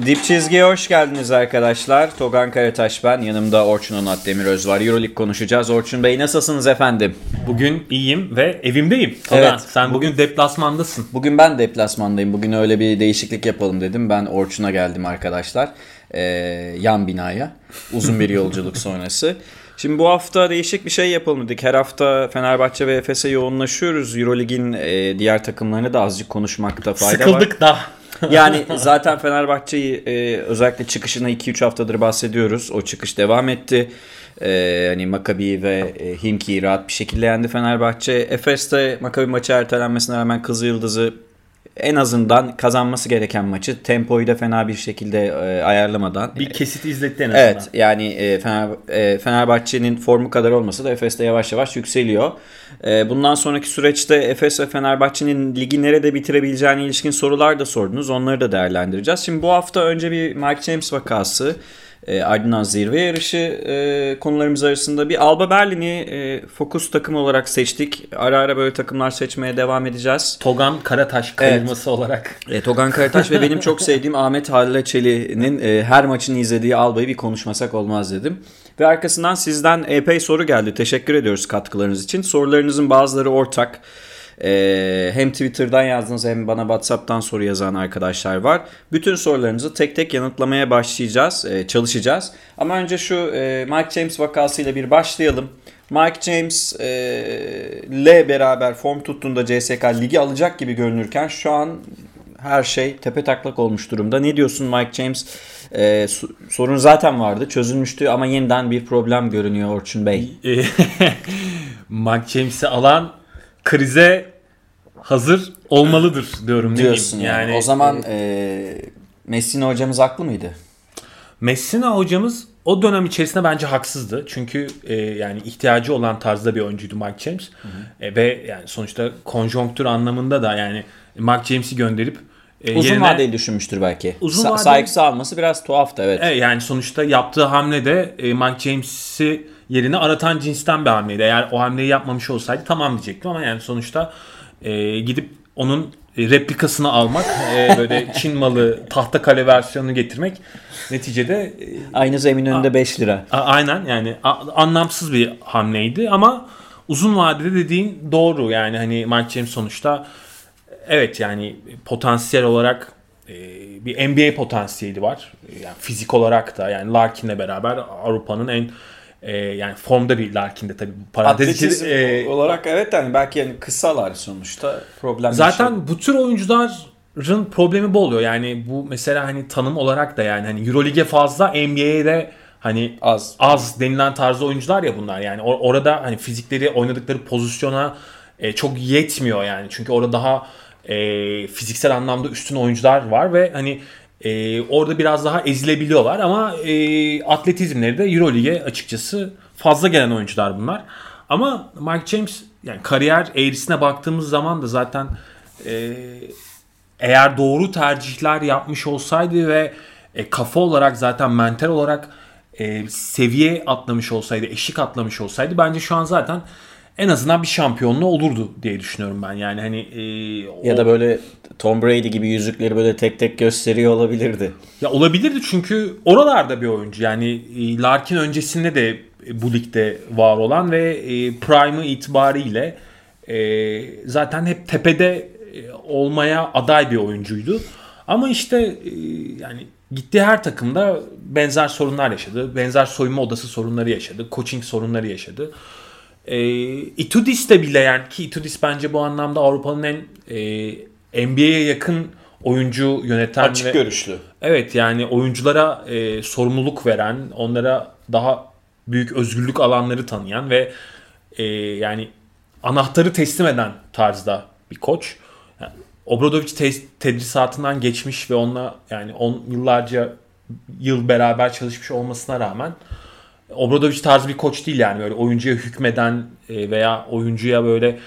Dip Çizgi'ye hoş geldiniz arkadaşlar. Togan Karataş ben. Yanımda Orçun Onat Demiröz var. Euroleague konuşacağız. Orçun Bey nasılsınız efendim? Bugün iyiyim ve evimdeyim. Togan, Evet. sen bugün deplasmandasın. Bugün ben deplasmandayım. Bugün öyle bir değişiklik yapalım dedim. Ben Orçun'a geldim arkadaşlar. Yan binaya. Uzun bir yolculuk sonrası. Şimdi bu hafta değişik bir şey yapalım dedik. Her hafta Fenerbahçe ve Efes'e yoğunlaşıyoruz. Euroleague'in diğer takımlarını da azıcık konuşmakta fayda var. Sıkıldık da. Yani zaten Fenerbahçe'yi özellikle çıkışına 2-3 haftadır bahsediyoruz. O çıkış devam etti. Hani Maccabi ve Himki'yi rahat bir şekilde yendi Fenerbahçe. Efes'te Maccabi maçı ertelenmesine rağmen Kızılyıldız'ı en azından kazanması gereken maçı tempoyu da fena bir şekilde ayarlamadan. Bir kesit izletti en azından. Evet yani Fenerbahçe'nin formu kadar olmasa da Efes'te yavaş yavaş yükseliyor. Bundan sonraki süreçte Efes ve Fenerbahçe'nin ligi nerede bitirebileceğine ilişkin sorular da sordunuz. Onları da değerlendireceğiz. Şimdi bu hafta önce bir Mike James vakası, ardından zirve yarışı konularımız arasında bir Alba Berlin'i fokus takım olarak seçtik. Ara ara böyle takımlar seçmeye devam edeceğiz. Togan Karataş kayırması olarak. Togan Karataş ve benim çok sevdiğim Ahmet Hallaçeli'nin her maçını izlediği Alba'yı bir konuşmasak olmaz dedim. Ve arkasından sizden epey soru geldi. Teşekkür ediyoruz katkılarınız için. Sorularınızın bazıları ortak. Hem Twitter'dan yazdığınız hem bana WhatsApp'tan soru yazan arkadaşlar var. Bütün sorularınızı tek tek yanıtlamaya başlayacağız, çalışacağız. Ama önce şu Mike James vakasıyla bir başlayalım. Mike James ile beraber form tuttuğunda CSK ligi alacak gibi görünürken şu an her şey tepetaklak olmuş durumda. Ne diyorsun Mike James? Sorun zaten vardı, çözülmüştü ama yeniden bir problem görünüyor Orçun Bey. Mike James'i alan krize hazır olmalıdır diyorum. Diyorsun yani. O zaman Messina hocamız haklı mıydı? Messina hocamız o dönem içerisinde bence haksızdı. Çünkü yani ihtiyacı olan tarzda bir oyuncuydu Mike James. Ve yani sonuçta konjonktür anlamında da yani Mike James'i gönderip uzun vadeli düşünmüştür belki. Sykes'ı alması biraz tuhaftı evet. Yani sonuçta yaptığı hamle de Mike James'i yerine aratan cinsten bir hamleydi. Eğer o hamleyi yapmamış olsaydı tamam diyecektim ama yani sonuçta gidip onun replikasını almak, böyle Çin malı tahta kale versiyonunu getirmek neticede aynı zemin önünde 5 lira. Aynen yani anlamsız bir hamleydi ama uzun vadede dediğin doğru. Yani hani Mike James sonuçta evet yani potansiyel olarak bir NBA potansiyeli var. Yani fizik olarak da yani Larkin'le beraber Avrupa'nın en yani formda bir Larkin'de tabii parantez olarak evet yani belki yani kısalar sonuçta problem. Zaten bu tür oyuncuların problemi bu oluyor. Yani bu mesela hani tanım olarak da yani hani EuroLeague'e fazla, NBA'ye de hani az denilen tarzda oyuncular ya bunlar. Yani orada hani fizikleri, oynadıkları pozisyona çok yetmiyor yani. Çünkü orada daha fiziksel anlamda üstün oyuncular var ve hani orada biraz daha ezilebiliyorlar ama atletizmleri de Euroleague'e açıkçası fazla gelen oyuncular bunlar. Ama Mike James yani kariyer eğrisine baktığımız zaman da zaten eğer doğru tercihler yapmış olsaydı ve kafa olarak zaten mental olarak seviye atlamış olsaydı, eşik atlamış olsaydı bence şu an zaten en azından bir şampiyonluğu olurdu diye düşünüyorum ben. Yani hani ya da böyle Tom Brady gibi yüzükleri böyle tek tek gösteriyor olabilirdi. Ya olabilirdi çünkü oralarda bir oyuncu. Yani Larkin öncesinde de bu ligde var olan ve prime'ı itibariyle zaten hep tepede olmaya aday bir oyuncuydu. Ama işte yani gittiği her takımda benzer sorunlar yaşadı. Benzer soyunma odası sorunları yaşadı. Coaching sorunları yaşadı. Itudis'te bile yani ki Itudis bence bu anlamda Avrupa'nın en NBA'ye yakın oyuncu yöneten açık görüşlü. Evet yani oyunculara sorumluluk veren, onlara daha büyük özgürlük alanları tanıyan ve yani anahtarı teslim eden tarzda bir koç. Yani Obradovic tedrisatından geçmiş ve onunla yani yıllarca beraber çalışmış olmasına rağmen Obradovic tarzı bir koç değil yani böyle oyuncuya hükmeden veya oyuncuya böyle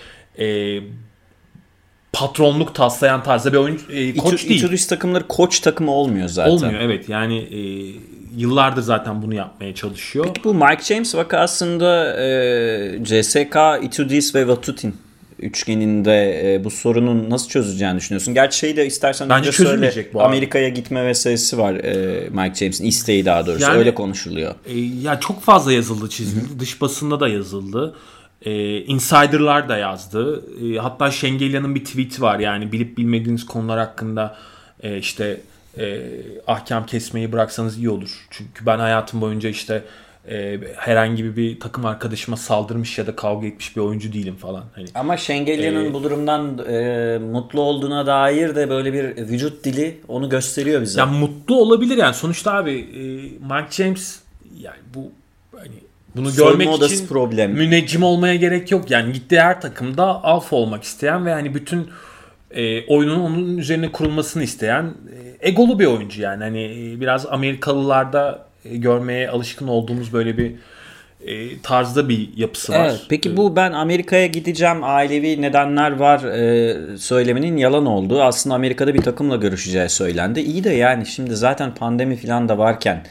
patronluk taslayan tarzda bir oyuncu koç değil. Itudis takımları koç takımı olmuyor zaten. Olmuyor evet yani yıllardır zaten bunu yapmaya çalışıyor. Peki bu Mike James vakasında CSK, Itudis ve Vatutin üçgeninde bu sorunun nasıl çözüleceğini düşünüyorsun? Gerçi şeyi de istersen bence önce söyle. çözülmeyecek bu arada. Amerika'ya gitme meselesi var Mike James'in isteği daha doğrusu. Yani, öyle konuşuluyor. Ya çok fazla yazıldı çizildi. Dış basında da yazıldı. Insider'lar da yazdı. Hatta Şengelya'nın bir tweet'i var. Yani bilip bilmediğiniz konular hakkında işte ahkam kesmeyi bıraksanız iyi olur. Çünkü ben hayatım boyunca işte herhangi bir takım arkadaşıma saldırmış ya da kavga etmiş bir oyuncu değilim falan. Hani, ama Şengelya'nın bu durumdan mutlu olduğuna dair de böyle bir vücut dili onu gösteriyor bize. Yani mutlu olabilir yani. Sonuçta abi Mike James yani bu hani bunu soyunma görmek odası için problem. müneccim olmaya gerek yok. Yani gittiği her takımda alfa olmak isteyen ve hani bütün oyunun onun üzerine kurulmasını isteyen egolu bir oyuncu yani. Hani biraz Amerikalılarda görmeye alışkın olduğumuz böyle bir tarzda bir yapısı var. Evet, peki bu ben Amerika'ya gideceğim ailevi nedenler var söyleminin yalan olduğu. Aslında Amerika'da bir takımla görüşeceği söylendi. İyi de yani şimdi zaten pandemi falan da varken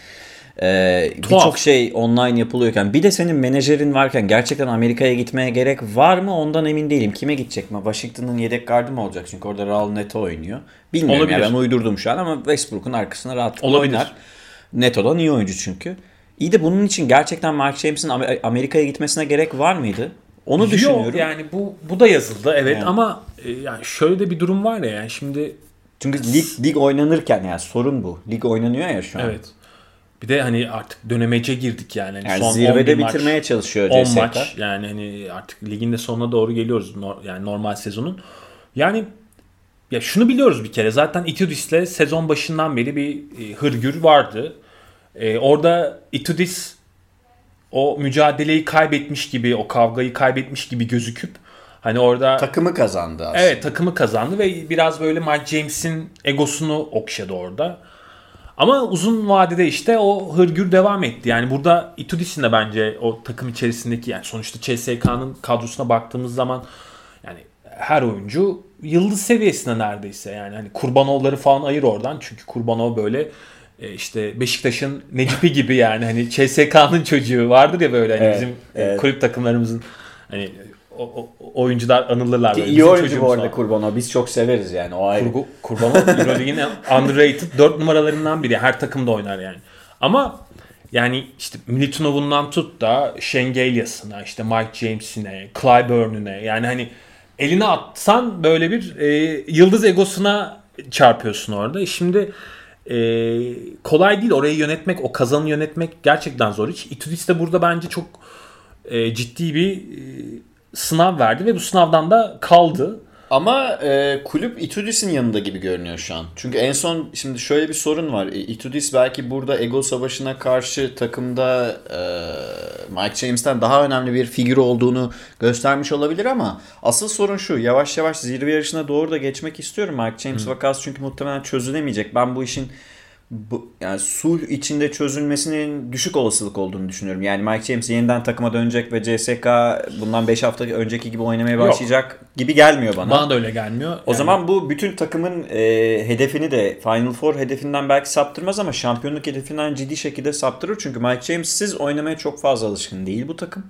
birçok şey online yapılıyorken bir de senin menajerin varken gerçekten Amerika'ya gitmeye gerek var mı ondan emin değilim. Kime gidecek mi? Washington'ın yedek gardı mı olacak? Çünkü orada Raul Neto oynuyor. Bilmiyorum yani ben uydurdum şu an ama Westbrook'un arkasına rahatlıkla oynar. Neto da iyi oyuncu çünkü. İyi de bunun için gerçekten Mark James'in Amerika'ya gitmesine gerek var mıydı? Onu düşünüyorum. Yok yani bu da yazıldı evet yani. Ama yani şöyle de bir durum var ya yani şimdi. Çünkü lig oynanırken yani sorun bu. Lig oynanıyor ya şu an. Evet. Bir de hani artık dönemece girdik yani. Yani son zirvede bitirmeye çalışıyor CSK. 10 maç yani hani artık ligin de sonuna doğru geliyoruz yani normal sezonun. Yani ya şunu biliyoruz bir kere zaten Itudis'le sezon başından beri bir hırgür vardı. Orada Itudis o mücadeleyi kaybetmiş gibi, o kavgayı kaybetmiş gibi gözüküp hani orada takımı kazandı aslında. Evet, takımı kazandı ve biraz böyle Mike James'in egosunu okşadı orada. Ama uzun vadede işte o hırgür devam etti. Yani burada Itudis'in de bence o takım içerisindeki yani sonuçta CSK'nın kadrosuna baktığımız zaman yani her oyuncu yıldız seviyesinde neredeyse. Yani hani Kurbanov'ları falan ayır oradan. Çünkü Kurbanov böyle işte Beşiktaş'ın Necipi gibi yani hani CSK'nın çocuğu vardır ya böyle hani bizim kulüp takımlarımızın hani o oyuncular anılırlar. Ki iyi oyuncu bu arada Kurbanov. Biz çok severiz yani o ayrı. Kurbanov Euroleague'in underrated 4 numaralarından biri. Her takımda oynar yani. Ama yani işte Milutinov'undan tut da Şengelya'sına, işte Mike James'ine, Clyburn'une yani hani eline atsan böyle bir yıldız egosuna çarpıyorsun orada. Şimdi kolay değil orayı yönetmek, o kazanı yönetmek gerçekten zor. Itudis de burada bence çok ciddi bir sınav verdi ve bu sınavdan da kaldı. Ama kulüp Itudis'in yanında gibi görünüyor şu an. Çünkü en son şimdi şöyle bir sorun var. Itudis belki burada ego savaşına karşı takımda Mike James'ten daha önemli bir figür olduğunu göstermiş olabilir ama asıl sorun şu. Yavaş yavaş zirve yarışına doğru da geçmek istiyorum. Mike James vakası çünkü muhtemelen çözülemeyecek. Ben bu işin yani sulh içinde çözülmesinin düşük olasılık olduğunu düşünüyorum. Yani Mike James yeniden takıma dönecek ve CSK bundan 5 hafta önceki gibi oynamaya başlayacak gibi gelmiyor bana. Bana da öyle gelmiyor. O zaman bu bütün takımın hedefini de Final Four hedefinden belki saptırmaz ama şampiyonluk hedefinden ciddi şekilde saptırır. Çünkü Mike James'siz oynamaya çok fazla alışkın değil bu takım.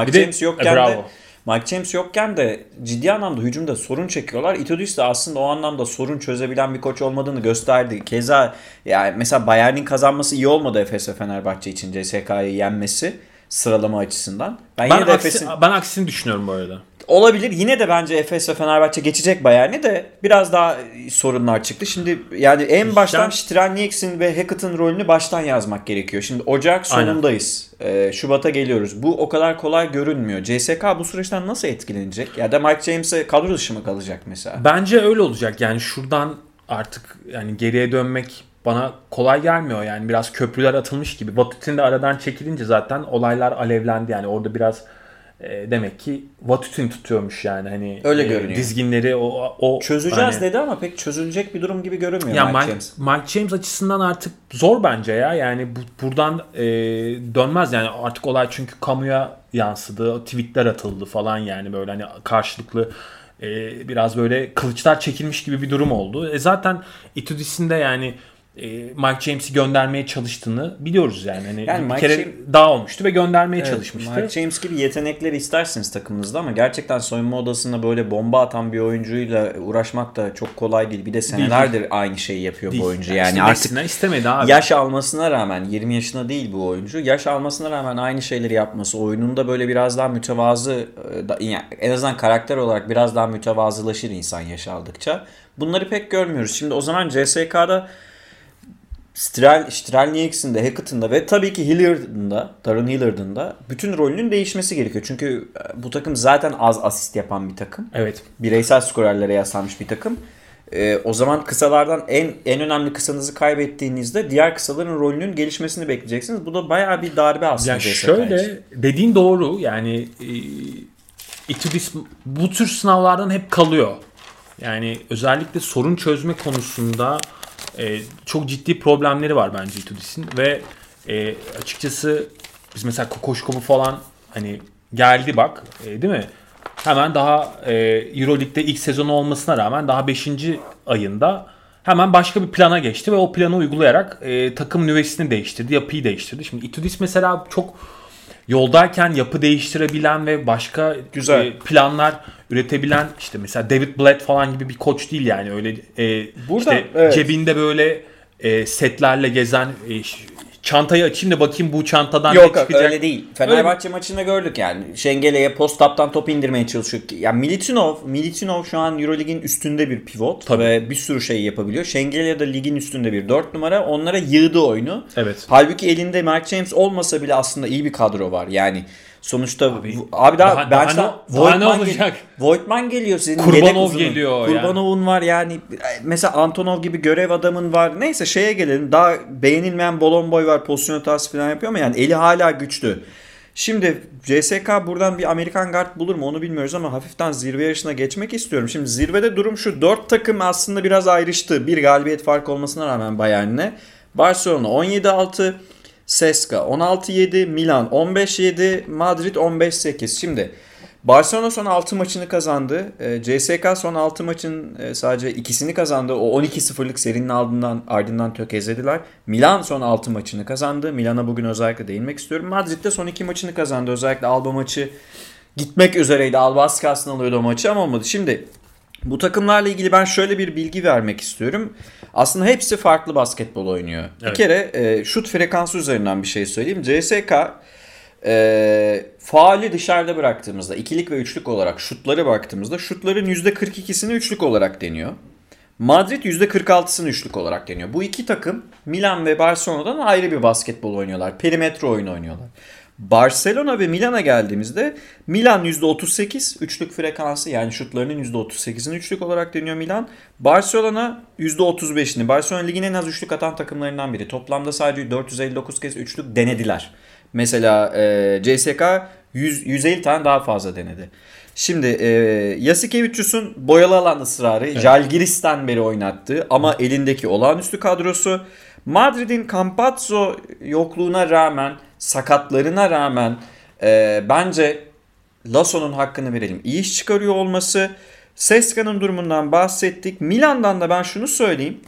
Mike James yokken de ciddi anlamda hücumda sorun çekiyorlar. Itudis de aslında o anlamda sorun çözebilen bir koç olmadığını gösterdi. Keza yani mesela Bayern'in kazanması iyi olmadı Efes ve Fenerbahçe için CSK'yı yenmesi sıralama açısından. Ben aksini düşünüyorum bu arada. Olabilir. Yine de bence Efes ve Fenerbahçe geçecek Bayern'i de biraz daha sorunlar çıktı. Şimdi yani en baştan Strelnieks'in ve Hackett'ın rolünü baştan yazmak gerekiyor. Şimdi Ocak sonundayız. Şubat'a geliyoruz. Bu o kadar kolay görünmüyor. CSK bu süreçten nasıl etkilenecek? Ya da Mike James'e kadro dışı mı kalacak mesela? Bence öyle olacak. Yani şuradan artık yani geriye dönmek bana kolay gelmiyor. Yani biraz köprüler atılmış gibi. Vatutin de aradan çekilince zaten olaylar alevlendi. Yani orada biraz demek ki Vatutin tutuyormuş yani hani öyle görünüyor. Dizginleri o çözeceğiz hani, dedi ama pek çözülecek bir durum gibi görünmüyor ya Mike James açısından artık zor bence ya. Yani buradan dönmez yani artık olay çünkü kamuya yansıdı. Tweetler atıldı falan yani böyle hani karşılıklı biraz böyle kılıçlar çekilmiş gibi bir durum oldu. Zaten Itudis'in de yani Mike James'i göndermeye çalıştığını biliyoruz yani. Hani bir Mike kere daha olmuştu ve göndermeye çalışmıştı. Mike James gibi yetenekleri istersiniz takımınızda ama gerçekten soyunma odasında böyle bomba atan bir oyuncuyla uğraşmak da çok kolay değil. Bir de senelerdir aynı şeyi yapıyor bu oyuncu. Yani artık istemedi abi. Yaş almasına rağmen 20 yaşında değil bu oyuncu. Yaş almasına rağmen aynı şeyleri yapması, oyununda böyle biraz daha mütevazı, yani en azından karakter olarak biraz daha mütevazılaşır insan yaş aldıkça. Bunları pek görmüyoruz. Şimdi o zaman CSK'da Strelniks'in de Hackett'ın da ve tabii ki Hilliard'ın da, Darren Hilliard'ın da bütün rolünün değişmesi gerekiyor. Çünkü bu takım zaten az asist yapan bir takım. Evet. Bireysel skorerlere yaslanmış bir takım. O zaman kısalardan en önemli kısanızı kaybettiğinizde diğer kısaların rolünün gelişmesini bekleyeceksiniz. Bu da bayağı bir darbe aslında. Ya şöyle dediğin doğru yani Itudis bu tür sınavlardan hep kalıyor. Yani özellikle sorun çözme konusunda çok ciddi problemleri var bence Itudis'in ve açıkçası biz mesela Kokoşkov'u falan hani geldi bak değil mi? Hemen daha Euroleague'de ilk sezonu olmasına rağmen daha 5. ayında hemen başka bir plana geçti ve o planı uygulayarak takım nüvesini değiştirdi, yapıyı değiştirdi. Şimdi Itudis mesela çok yoldayken yapı değiştirebilen ve başka planlar üretebilen işte mesela David Blatt falan gibi bir koç değil yani öyle burada işte cebinde böyle setlerle gezen çantayı açayım da bakayım bu çantadan ne çıkacak. Yok öyle değil. Fenerbahçe maçında gördük yani. Şengele'ye post-up'tan top indirmeye çalışıyor. Yani Militinov şu an Euroleague'in üstünde bir pivot. Tabii. Ve bir sürü şey yapabiliyor. Şengele de ligin üstünde bir 4 numara. Onlara yığdı oyunu. Evet. Halbuki elinde Mike James olmasa bile aslında iyi bir kadro var. Yani sonuçta abi daha Voigtman geliyor sizin Kurbanov geliyor. Kurbanov'un var yani mesela Antonov gibi görev adamın var. Neyse şeye gelelim. Daha beğenilmeyen Bolomboy var. Pozisyon hatası falan yapıyor ama yani eli hala güçlü. Şimdi CSK buradan bir Amerikan guard bulur mu onu bilmiyoruz ama hafiften zirve yarışına geçmek istiyorum. Şimdi zirvede durum şu. 4 takım aslında biraz ayrıştı. Bir galibiyet farkı olmasına rağmen Bayern'le. Barcelona 17-6, CSKA 16-7, Milan 15-7, Madrid 15-8. Şimdi Barcelona son 6 maçını kazandı. CSKA son 6 maçın sadece ikisini kazandı. O 12-0'lık serinin ardından tökezlediler. Milan son 6 maçını kazandı. Milan'a bugün özellikle değinmek istiyorum. Madrid de son 2 maçını kazandı. Özellikle Alba maçı gitmek üzereydi. Alba az kalsın alıyordu o maçı ama olmadı. Şimdi bu takımlarla ilgili ben şöyle bir bilgi vermek istiyorum. Aslında hepsi farklı basketbol oynuyor. Evet. Bir kere şut frekansı üzerinden bir şey söyleyeyim. CSK faali dışarıda bıraktığımızda ikilik ve üçlük olarak şutları baktığımızda şutların %42'sini üçlük olarak deniyor. Madrid %46'sını üçlük olarak deniyor. Bu iki takım Milan ve Barcelona'dan ayrı bir basketbol oynuyorlar. Perimetre oyunu oynuyorlar. Barcelona ve Milan'a geldiğimizde Milan %38 üçlük frekansı yani şutlarının %38'ini üçlük olarak deniyor Milan. Barcelona %35'ini. Barcelona ligin en az üçlük atan takımlarından biri. Toplamda sadece 459 kez üçlük denediler. Mesela CSK 150 tane daha fazla denedi. Şimdi Jasikevicius'un boyalı alan ısrarı, evet. Žalgiris'ten beri oynattığı ama elindeki olağanüstü kadrosu, Madrid'in Campazzo yokluğuna rağmen, sakatlarına rağmen bence Lasso'nun hakkını verelim. İyi iş çıkarıyor olması, CSKA'nın durumundan bahsettik. Milan'dan da ben şunu söyleyeyim.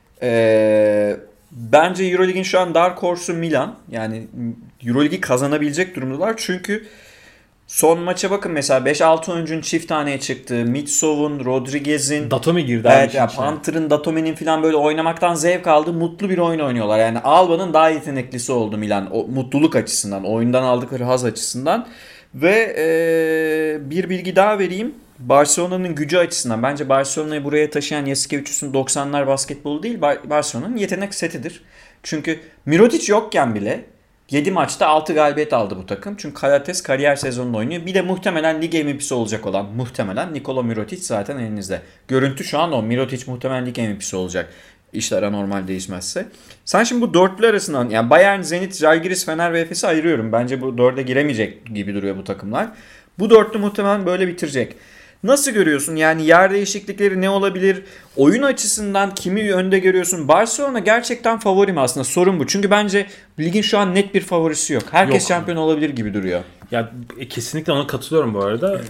Bence Euroleague'in şu an dark horse'u Milan. Yani Euroleague'i kazanabilecek durumdalar. Çünkü son maça bakın mesela 5-6 oyuncunun çift taneye çıktığı, Mitsov'un, Rodriguez'in, Datome girdi. Evet ya Panther'ın, Datome'nin falan böyle oynamaktan zevk aldı. Mutlu bir oyun oynuyorlar. Yani Alba'nın daha yeteneklisi oldu Milan. O mutluluk açısından, oyundan aldıkları haz açısından. Ve bir bilgi daha vereyim. Barcelona'nın gücü açısından bence Barcelona'yı buraya taşıyan Jasikevicius'un 90'lar basketbolu değil, Barcelona'nın yetenek setidir. Çünkü Mirotic yokken bile 7 maçta 6 galibiyet aldı bu takım. Çünkü Kalates kariyer sezonunda oynuyor. Bir de muhtemelen lig MVP'si olacak olan Nikola Mirotic zaten elinizde. Görüntü şu an o. Mirotic muhtemelen lig MVP'si olacak. İşler anormal değişmezse. Sen şimdi bu dörtlü arasından yani Bayern, Zenit, Žalgiris, Fener ve Efes'i ayırıyorum. Bence bu dörde giremeyecek gibi duruyor bu takımlar. Bu dörtlü muhtemelen böyle bitirecek. Nasıl görüyorsun? Yani yer değişiklikleri ne olabilir? Oyun açısından kimi önde görüyorsun? Barcelona gerçekten favorim aslında. Sorun bu. Çünkü bence ligin şu an net bir favorisi yok. Herkes şampiyon olabilir gibi duruyor. Ya kesinlikle ona katılıyorum bu arada.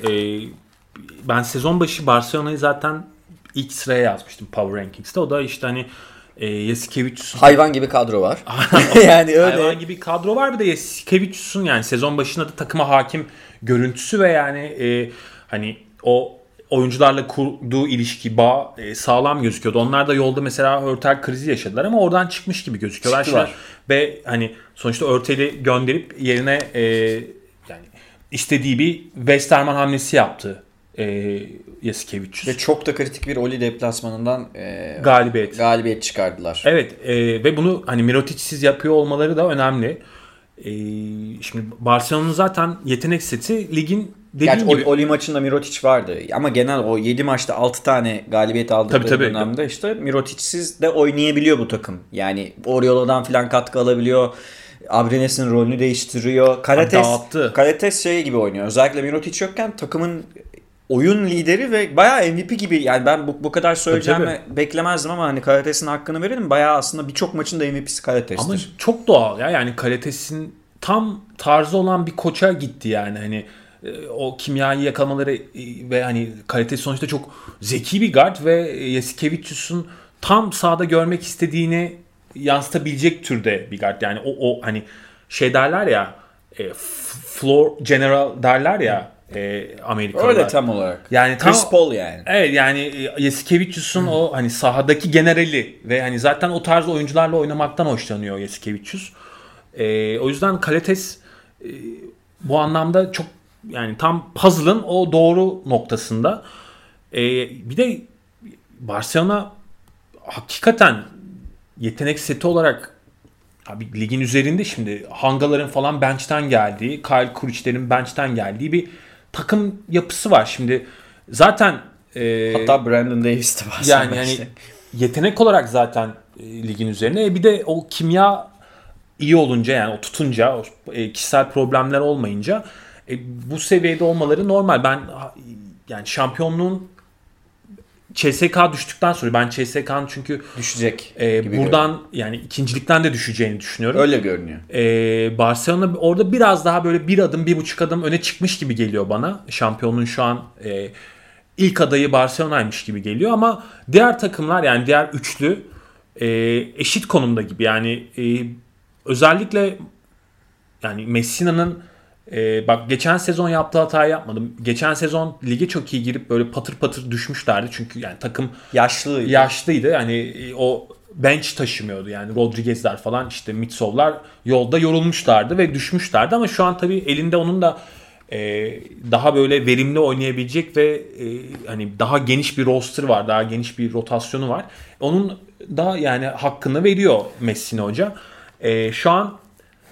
Ben sezon başı Barcelona'yı zaten ilk sıraya yazmıştım Power Rankings'te. O da işte hani Jasikevicius'un Hayvan gibi kadro var. Yani öyle. hayvan gibi kadro var, bir de Jasikevicius'un yani sezon başında da takıma hakim görüntüsü ve yani hani o oyuncularla kurduğu ilişki, bağ sağlam gözüküyordu. Onlar da yolda mesela Hurtel krizi yaşadılar ama oradan çıkmış gibi gözüküyorlar. Çıktılar. Ve hani sonuçta Hurtel'i gönderip yerine yani istediği bir Westerman hamlesi yaptı Jasikevicius. Ve çok da kritik bir Oli deplasmanından galibiyet çıkardılar. Evet ve bunu hani Mirotic'siz yapıyor olmaları da önemli. Şimdi Barcelona'nın zaten yetenek seti ligin dediğin Gerçi gibi. Oli maçında Mirotic vardı ama genel o 7 maçta 6 tane galibiyet aldıkları Tabii. dönemde işte Mirotic'siz de oynayabiliyor bu takım. Yani Oriola'dan falan katkı alabiliyor. Abrines'in rolünü değiştiriyor. Karates şey gibi oynuyor. Özellikle Mirotic yokken takımın oyun lideri ve bayağı MVP gibi. Yani ben bu kadar söyleyeceğimi beklemezdim ama hani Karates'in hakkını verelim. Bayağı aslında birçok maçın da MVP'si Karates'tir. Ama çok doğal ya. Yani Karates'in tam tarzı olan bir koça gitti yani. Hani o kimyayı yakalamaları ve hani Karates sonuçta çok zeki bir guard ve Jasikevicius'un tam sahada görmek istediğini yansıtabilecek türde bir guard. Yani o hani şey derler ya, floor general derler ya Amerikalılar. Öyle tam olarak. Yani Chris Paul yani. Evet yani Jasikevicius'un o hani sahadaki generali ve hani zaten o tarz oyuncularla oynamaktan hoşlanıyor Jasikevicius. O yüzden Karates bu anlamda çok yani tam puzzle'ın o doğru noktasında. Bir de Barcelona hakikaten yetenek seti olarak abi ligin üzerinde. Şimdi Hangaların falan bench'ten geldiği, Kyle Kurich'lerin bench'ten geldiği bir takım yapısı var. Şimdi zaten hatta Brandon Davis de var. Yani yetenek olarak zaten ligin üzerine. Bir de o kimya iyi olunca yani o tutunca, o kişisel problemler olmayınca bu seviyede olmaları normal. Ben yani şampiyonluğun CSK düştükten sonra ben CSK'nın çünkü düşecek gibi buradan yani ikincilikten de düşeceğini düşünüyorum. Öyle görünüyor. Barcelona orada biraz daha böyle bir adım, 1,5 adım öne çıkmış gibi geliyor bana. Şampiyonluğun şu an ilk adayı Barcelona'ymış gibi geliyor ama diğer takımlar yani diğer üçlü eşit konumda gibi. Yani özellikle yani Messina'nın bak geçen sezon yaptığı hatayı yapmadım. Geçen sezon lige çok iyi girip böyle patır patır düşmüşlerdi. Çünkü yani takım yaşlıydı. Yani o bench taşımıyordu. Yani Rodriguez'ler falan işte Mitsov'lar yolda yorulmuşlardı ve düşmüşlerdi. Ama şu an tabii elinde onun da daha böyle verimli oynayabilecek ve hani daha geniş bir roster var. Daha geniş bir rotasyonu var. Onun da yani hakkını veriyor Messina Hoca. Şu an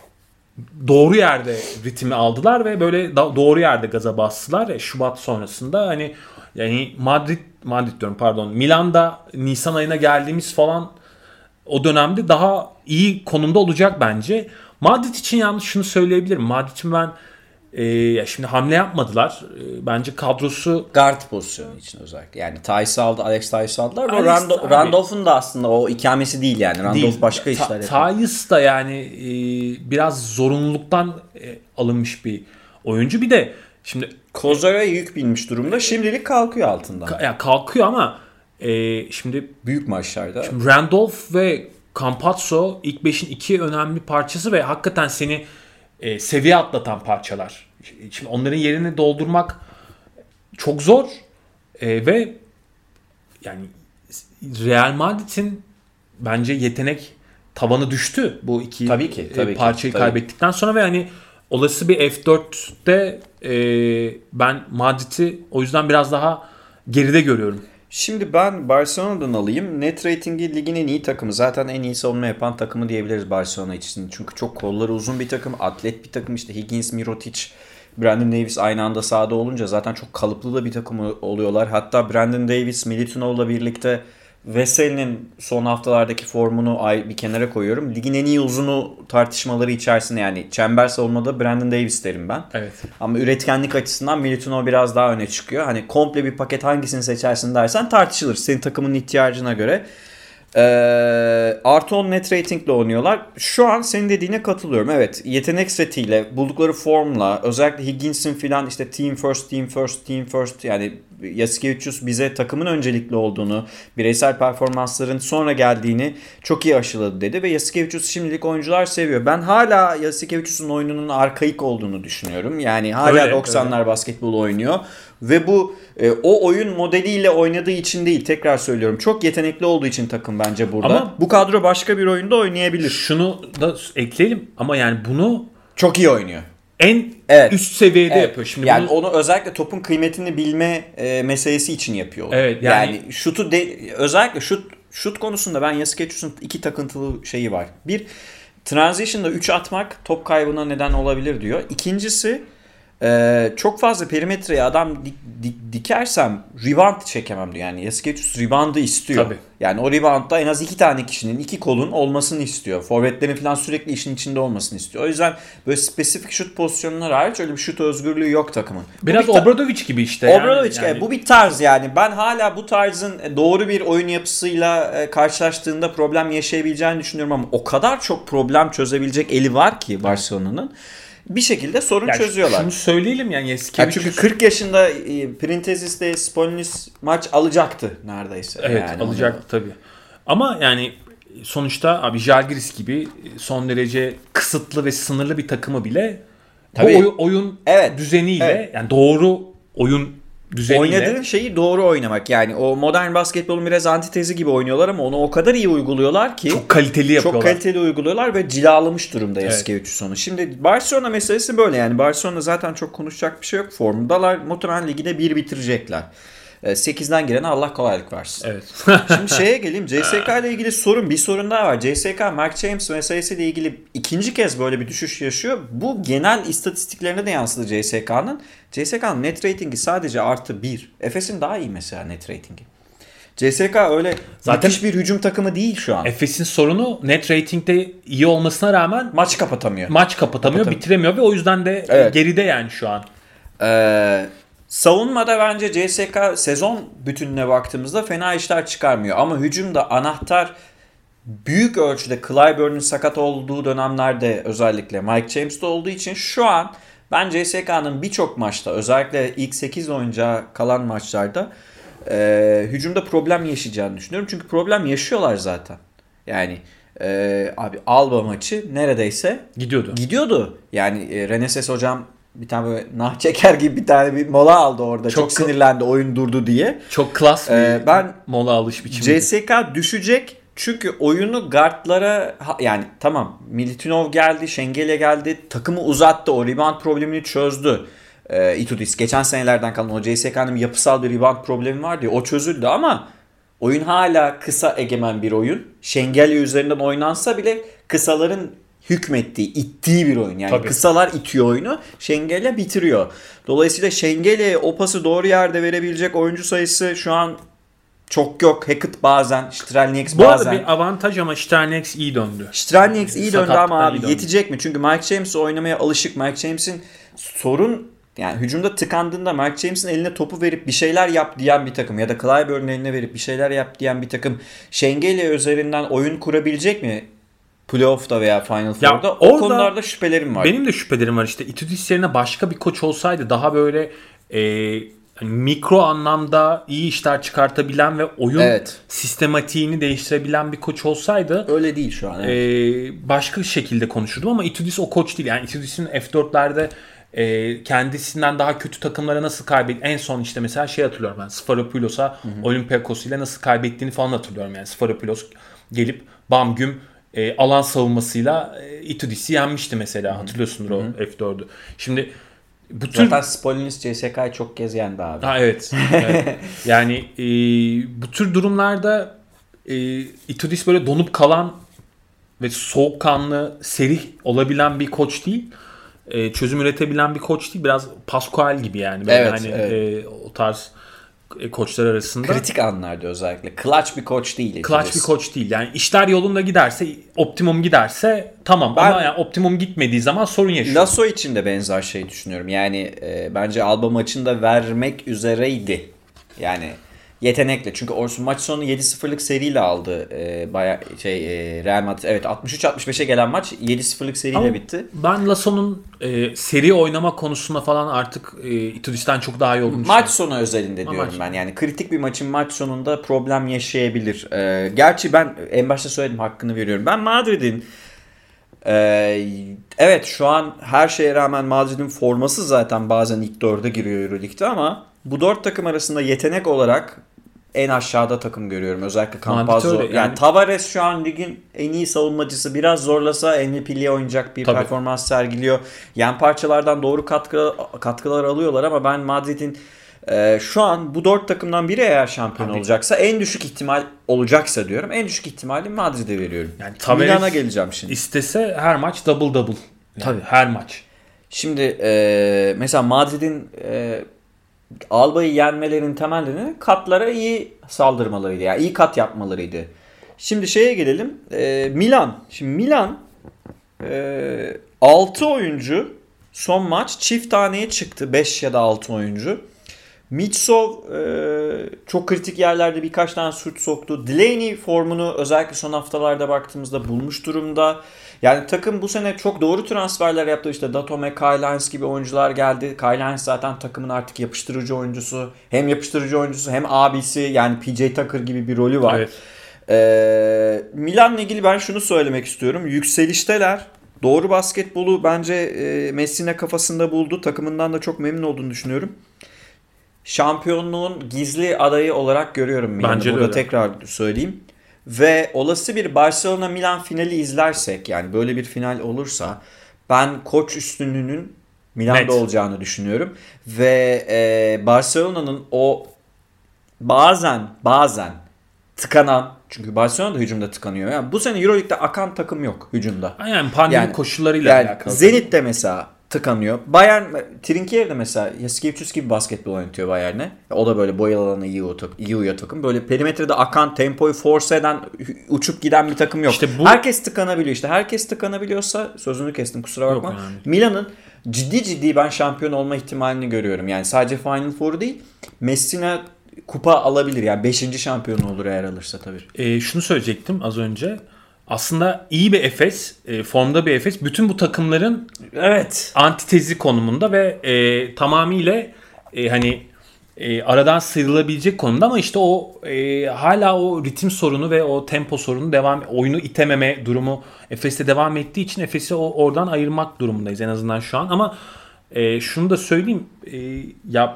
doğru yerde ritmi aldılar ve böyle doğru yerde gaza bastılar. Şubat sonrasında hani yani Madrid diyorum pardon. Milan'da Nisan ayına geldiğimiz falan o dönemde daha iyi konumda olacak bence. Madrid için yalnız şunu söyleyebilirim. Madrid'in ben ya şimdi hamle yapmadılar. Bence kadrosu guard pozisyonu için özellikle. Yani Alex Tyson aldılar. Randolph'un da aslında o ikamesi değil yani. Randolph değil. Başka işler yapıyor. Tyson da yani biraz zorunluluktan alınmış bir oyuncu. Bir de şimdi Kozar'a yük binmiş durumda. Şimdilik kalkıyor altından. Yani kalkıyor ama şimdi büyük maçlarda. Şimdi Randolph ve Campazzo ilk 5'in iki önemli parçası ve hakikaten seni seviye atlatan parçalar. Şimdi onların yerini doldurmak çok zor ve yani Real Madrid'in bence yetenek tavanı düştü bu iki parçayı kaybettikten sonra ve hani olası bir F4'te ben Madrid'i o yüzden biraz daha geride görüyorum. Şimdi ben Barcelona'dan alayım. Net ratingi ligin en iyi takımı. Zaten en iyi savunma yapan takımı diyebiliriz Barcelona için. Çünkü çok kolları uzun bir takım. Atlet bir takım. İşte Higgins, Mirotic, Brandon Davis aynı anda sahada olunca zaten çok kalıplı da bir takım oluyorlar. Hatta Brandon Davis, Militinov'la birlikte Veseli'nin son haftalardaki formunu bir kenara koyuyorum. Ligin en iyi uzunu tartışmaları içerisinde yani çember savunmada Brandon Davis derim ben. Evet. Ama üretkenlik açısından Militinov biraz daha öne çıkıyor. Hani komple bir paket hangisini seçersin dersen tartışılır. Senin takımın ihtiyacına göre. Artı 10 net ratingle oynuyorlar. Şu an senin dediğine katılıyorum. Evet, yetenek setiyle, buldukları formla, özellikle Higgins'in filan işte team first yani Jasikevicius bize takımın öncelikli olduğunu, bireysel performansların sonra geldiğini çok iyi aşıladı dedi ve Jasikevicius şimdilik oyuncular seviyor. Ben hala Jasikevicius'un oyununun arkaik olduğunu düşünüyorum. Yani hala öyle, 90'lar basketbol oynuyor ve bu o oyun modeliyle oynadığı için değil, tekrar söylüyorum. Çok yetenekli olduğu için takım bence burada. Ama bu kadro başka bir oyunda oynayabilir. Şunu da ekleyelim ama yani bunu çok iyi oynuyor. En Evet. üst seviyede yapıyor. Şimdi yani bunu... onu özellikle topun kıymetini bilme meselesi için yapıyor. Evet, yani şutu özellikle şut konusunda ben Jasikevicius'un iki takıntılı şeyi var. Bir, transition'da 3 atmak top kaybına neden olabilir diyor. İkincisi, çok fazla perimetreye adam dikersem rebound çekemem diyor. Yani Jasikevicius rebound'ı istiyor. Tabii. Yani o rebound'da en az 2 tane kişinin, 2 kolun olmasını istiyor. Forvetlerin falan sürekli işin içinde olmasını istiyor. O yüzden böyle spesifik şut pozisyonları hariç öyle bir şut özgürlüğü yok takımın. Biraz Obradovic gibi işte. Obradovic yani. Bu bir tarz yani. Ben hala bu tarzın doğru bir oyun yapısıyla karşılaştığında problem yaşayabileceğini düşünüyorum ama o kadar çok problem çözebilecek eli var ki Barcelona'nın. Bir şekilde sorun çözüyorlar. Şunu söyleyelim yani Jasikevicius... çünkü 40 yaşında Printezis'te Spolinis maç alacaktı neredeyse. Evet, yani alacaktı tabii. Ama yani sonuçta abi Žalgiris gibi son derece kısıtlı ve sınırlı bir takımı bile tabii, bu oyun evet, düzeniyle yani doğru oyun düzeniyle oynadığın şeyi doğru oynamak. Yani o modern basketbolun biraz antitezi gibi oynuyorlar ama onu o kadar iyi uyguluyorlar ki çok kaliteli yapıyorlar. Çok kaliteli uyguluyorlar ve cilalamış durumda Jasikevicius onu. Şimdi Barcelona meselesi böyle yani. Barcelona zaten çok konuşacak bir şey yok. Formdalar. Muhtemelen ligde bir bitirecekler. 8'den girene Allah kolaylık versin. Evet. Şimdi şeye geleyim. CSK ile ilgili bir sorun daha var. CSK Mark James meselesiyle ilgili ikinci kez böyle bir düşüş yaşıyor. Bu genel istatistiklerine de yansıdı CSK'nın. CSK'nın net ratingi sadece +1. Efes'in daha iyi mesela net ratingi. CSK öyle zaten müthiş bir hücum takımı değil şu an. Efes'in sorunu net ratingde iyi olmasına rağmen maç kapatamıyor. Bitiremiyor ve o yüzden de geride yani şu an. Savunmada bence CSK sezon bütününe baktığımızda fena işler çıkarmıyor. Ama hücumda anahtar büyük ölçüde Clyburn'un sakat olduğu dönemlerde özellikle Mike James'te olduğu için şu an ben CSK'nın birçok maçta özellikle ilk 8 oyuncağı kalan maçlarda hücumda problem yaşayacağını düşünüyorum. Çünkü problem yaşıyorlar zaten. Yani abi Alba maçı neredeyse gidiyordu. Yani Reneses hocam bir tane böyle nah çeker gibi bir tane bir mola aldı orada. Çok sinirlendi oyun durdu diye. Çok klas bir mola alış biçimi. CSK düşecek çünkü oyunu guardlara yani tamam Militinov geldi, Şengel'e geldi, takımı uzattı, o rebound problemini çözdü. Itudis geçen senelerden kalan o CSK'nın yapısal bir rebound problemi vardı ya, o çözüldü ama oyun hala kısa egemen bir oyun. Şengel'e üzerinden oynansa bile kısaların hükmettiği, ittiği bir oyun. Yani kısalar itiyor oyunu. Şengel'e bitiriyor. Dolayısıyla Şengel'e o pası doğru yerde verebilecek oyuncu sayısı şu an çok yok. Hackett bazen, Strelnieks bazen. Bu arada bir avantaj ama Strelnieks iyi döndü. Strelnieks iyi döndü ama abi yetecek mi? Çünkü Mike James oynamaya alışık. Mike James'in sorun yani hücumda tıkandığında Mike James'in eline topu verip bir şeyler yap diyen bir takım ya da Clyburn'un eline verip bir şeyler yap diyen bir takım Şengel'e üzerinden oyun kurabilecek mi? Playoff'ta veya Final Four'da o konularda şüphelerim var. Benim de şüphelerim var işte. Itudis yerine başka bir koç olsaydı daha böyle mikro anlamda iyi işler çıkartabilen ve oyun sistematiğini değiştirebilen bir koç olsaydı öyle değil şu an. Başka şekilde konuşurdum ama Itudis o koç değil. Yani Itudis'in F4'lerde kendisinden daha kötü takımlara nasıl en son işte mesela hatırlıyorum ben Sfaropoulos'a Olympiakos ile nasıl kaybettiğini falan hatırlıyorum. Yani Sfaropoulos gelip bam güm alan savunmasıyla Itudis'i yenmişti mesela. Hatırlıyorsundur o F4'ü. Şimdi bu tür... Zaten Spolinis CSK'yı çok kez yendi abi. Evet. Yani bu tür durumlarda Itudis böyle donup kalan ve soğukkanlı, serih olabilen bir koç değil. Çözüm üretebilen bir koç değil. Biraz Pascual gibi yani. Böyle o tarz koçlar arasında. Kritik anlarda özellikle. Clutch bir koç değil. Clutch bir koç değil. Yani işler yolunda giderse, optimum giderse tamam ama yani optimum gitmediği zaman sorun yaşıyor. Lasso için de benzer şey düşünüyorum. Yani bence Alba maçında vermek üzereydi. Yani Yetenekle. Çünkü Orsun maç sonu 7-0'lık seriyle aldı. Real Madrid. Evet, 63-65'e gelen maç 7-0'lık seriyle Ama bitti. ben Lasso'nun seri oynama konusunda falan artık Itudis'ten çok daha iyi olduğunu düşünüyorum. Maç sonu özelinde diyorum ben. Yani kritik bir maçın maç sonunda problem yaşayabilir. Gerçi ben en başta söyledim, hakkını veriyorum. Ben Madrid'in evet, şu an her şeye rağmen Madrid'in forması zaten bazen ilk 4'e giriyor Euroleague'de ama bu 4 takım arasında yetenek olarak en aşağıda takım görüyorum. Özellikle Campazzo. Yani Tavares şu an ligin en iyi savunmacısı. Biraz zorlasa MVP'liğe oynayacak bir performans sergiliyor. Yan parçalardan doğru katkılar alıyorlar ama ben Madrid'in şu an bu 4 takımdan biri eğer şampiyon olacaksa, en düşük ihtimal olacaksa diyorum. En düşük ihtimali Madrid'e veriyorum. Yani Milan'a geleceğim şimdi. İstese her maç double. Yani tabii her maç. Şimdi mesela Madrid'in Alba'yı yenmelerinin temelini katlara iyi saldırmalarıydı. Yani iyi kat yapmalarıydı. Şimdi şeye gelelim. Milan. Şimdi Milan 6 oyuncu son maç çift taneye çıktı. 5 ya da 6 oyuncu. Mitsov çok kritik yerlerde birkaç tane şut soktu. Delaney formunu özellikle son haftalarda baktığımızda bulmuş durumda. Yani takım bu sene çok doğru transferler yaptı. İşte Datome, Kyle Hines gibi oyuncular geldi. Kyle Hines zaten takımın artık yapıştırıcı oyuncusu. Hem yapıştırıcı oyuncusu hem abisi, yani PJ Tucker gibi bir rolü var. Evet. Milan'la ilgili ben şunu söylemek istiyorum. Yükselişteler. Doğru basketbolu bence Messina kafasında buldu. Takımından da çok memnun olduğunu düşünüyorum. Şampiyonluğun gizli adayı olarak görüyorum Milan'ı. Bence burada tekrar söyleyeyim. Ve olası bir Barcelona-Milan finali izlersek, yani böyle bir final olursa, ben koç üstünlüğünün Milan'da olacağını düşünüyorum. Ve Barcelona'nın o bazen tıkanan, çünkü Barcelona da hücumda tıkanıyor. Yani bu sene Euroleague'de akan takım yok hücumda. Yani pandemi koşullarıyla alakalı. Zenit de mesela tıkanıyor. Bayern, Trinkieri de mesela Jasikevičius gibi basketbol oynatıyor Bayern'e. O da böyle boyalı alana iyi uyuyor takım. Böyle perimetrede akan, tempoyu force eden, uçup giden bir takım yok. İşte herkes tıkanabiliyor. İşte herkes tıkanabiliyorsa, sözünü kestim kusura bakma. Milan'ın ciddi ben şampiyon olma ihtimalini görüyorum. Yani sadece Final Four değil, Messina kupa alabilir. Yani 5. şampiyon olur eğer alırsa tabii. Şunu söyleyecektim az önce. Aslında iyi bir Efes, formda bir Efes. Bütün bu takımların antitezi konumunda ve tamamıyla aradan sıyrılabilecek konumda, ama işte o hala o ritim sorunu ve o tempo sorunu oyunu itememe durumu Efes'te devam ettiği için Efes'i oradan ayırmak durumundayız en azından şu an. Ama şunu da söyleyeyim, ya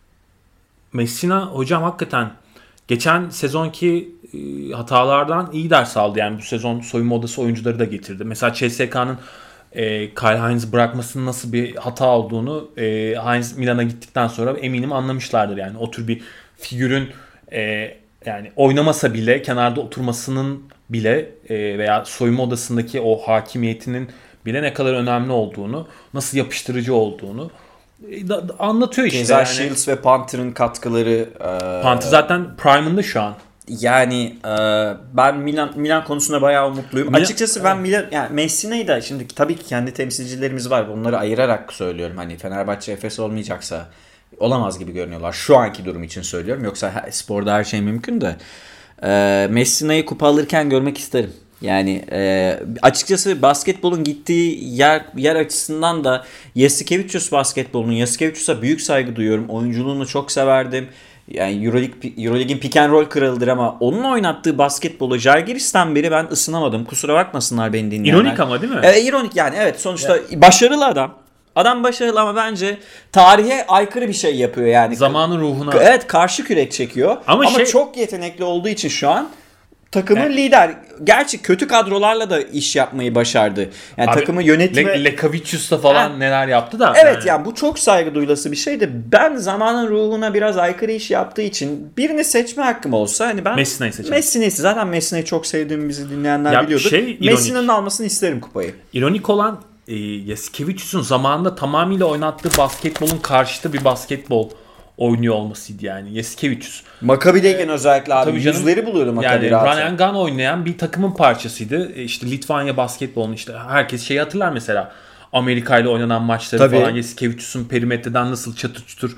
Messina hocam hakikaten geçen sezonki hatalardan iyi ders aldı. Yani bu sezon soyunma odası oyuncuları da getirdi. Mesela CSK'nın Kyle Hines'ı bırakmasının nasıl bir hata olduğunu Hines Milan'a gittikten sonra eminim anlamışlardır. Yani o tür bir figürün yani oynamasa bile kenarda oturmasının bile veya soyunma odasındaki o hakimiyetinin bile ne kadar önemli olduğunu, nasıl yapıştırıcı olduğunu anlatıyor işte. Keza Shields ve Panther'ın katkıları. Panther zaten prime'ında şu an. Yani ben Milan konusunda bayağı umutluyum. Açıkçası ben yani Messina'yı da, şimdi tabii ki kendi temsilcilerimiz var. Bunları ayırarak söylüyorum. Hani Fenerbahçe, Efes olmayacaksa olamaz gibi görünüyorlar. Şu anki durum için söylüyorum. Yoksa sporda her şey mümkün de. Messina'yı kupa alırken görmek isterim. Yani açıkçası basketbolun gittiği yer açısından da Jasikevičius'a büyük saygı duyuyorum. Oyunculuğunu çok severdim. Yani Euroleague'in pick and roll kralıdır ama onun oynattığı basketbolu Žalgiris'ten beri ben ısınamadım. Kusura bakmasınlar beni dinleyenler. İronik ama değil mi? İronik yani, evet, sonuçta başarılı adam. Adam başarılı ama bence tarihe aykırı bir şey yapıyor yani. Zamanın ruhuna. Evet, karşı kürek çekiyor. Ama çok yetenekli olduğu için şu an takımın lider. Gerçi kötü kadrolarla da iş yapmayı başardı. Yani abi, takımı yönetme... Lekavicius'ta falan neler yaptı da. Evet yani bu çok saygı duyulası bir şey de ben zamanın ruhuna biraz aykırı iş yaptığı için birini seçme hakkım olsa hani ben Messina'yı seçerim. Messina'yı, zaten Messina'yı çok sevdiğimi bizi dinleyenler biliyordur. Messina'nın almasını isterim kupayı. İronik olan Jasikevičius'un zamanında tamamıyla oynattığı basketbolun karşıtı bir basketbol oynuyor olmasıydı yani. Jasikevičius. Maccabi'deyken özellikle abi yüzleri buluyordu Maccabi yani run and gun oynayan bir takımın parçasıydı. İşte Litvanya basketbolunu işte herkes şeyi hatırlar mesela. Amerika ile oynanan maçları falan, Jasikevičius'un perimetreden nasıl çatır çutur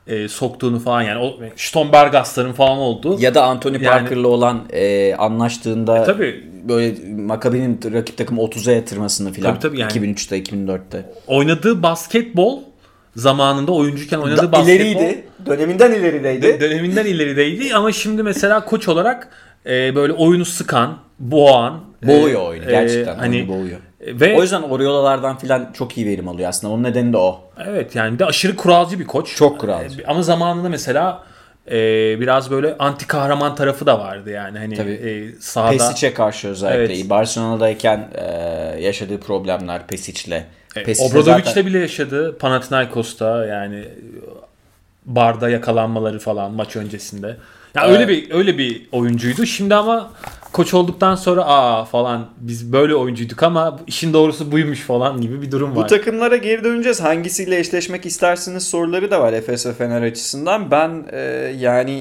soktuğunu falan yani o Stombergas'ların falan olduğu. Ya da Anthony Parker'la olan anlaştığında tabii. böyle Maccabi'nin rakip takımı 30'a yatırmasını filan Tabii yani. 2003'te 2004'te. Oynadığı basketbol zamanında oyuncuyken oynadığı basketbol ileriydi. Döneminden ilerideydi. Döneminden ilerideydi ama şimdi mesela koç olarak böyle oyunu sıkan, boğuyor oyunu gerçekten. Hani boğuyor. Ve o yüzden Oriola'lardan filan çok iyi verim alıyor aslında. Onun nedeni de o. Evet yani bir de aşırı kuralcı bir koç. Çok kuralcı. Ama zamanında mesela biraz böyle anti kahraman tarafı da vardı yani hani sahada. Pesic'e karşı özellikle. Evet. Barcelona'dayken yaşadığı problemler Pesic'le. Obradovic'le zaten bile yaşadı. Panathinaikos'ta yani barda yakalanmaları falan maç öncesinde. Yani öyle bir oyuncuydu. Şimdi ama koç olduktan sonra falan biz böyle oyuncuyduk ama işin doğrusu buymuş falan gibi bir durum var. Bu takımlara geri döneceğiz. Hangisiyle eşleşmek istersiniz soruları da var Efes ve Fener açısından. Ben yani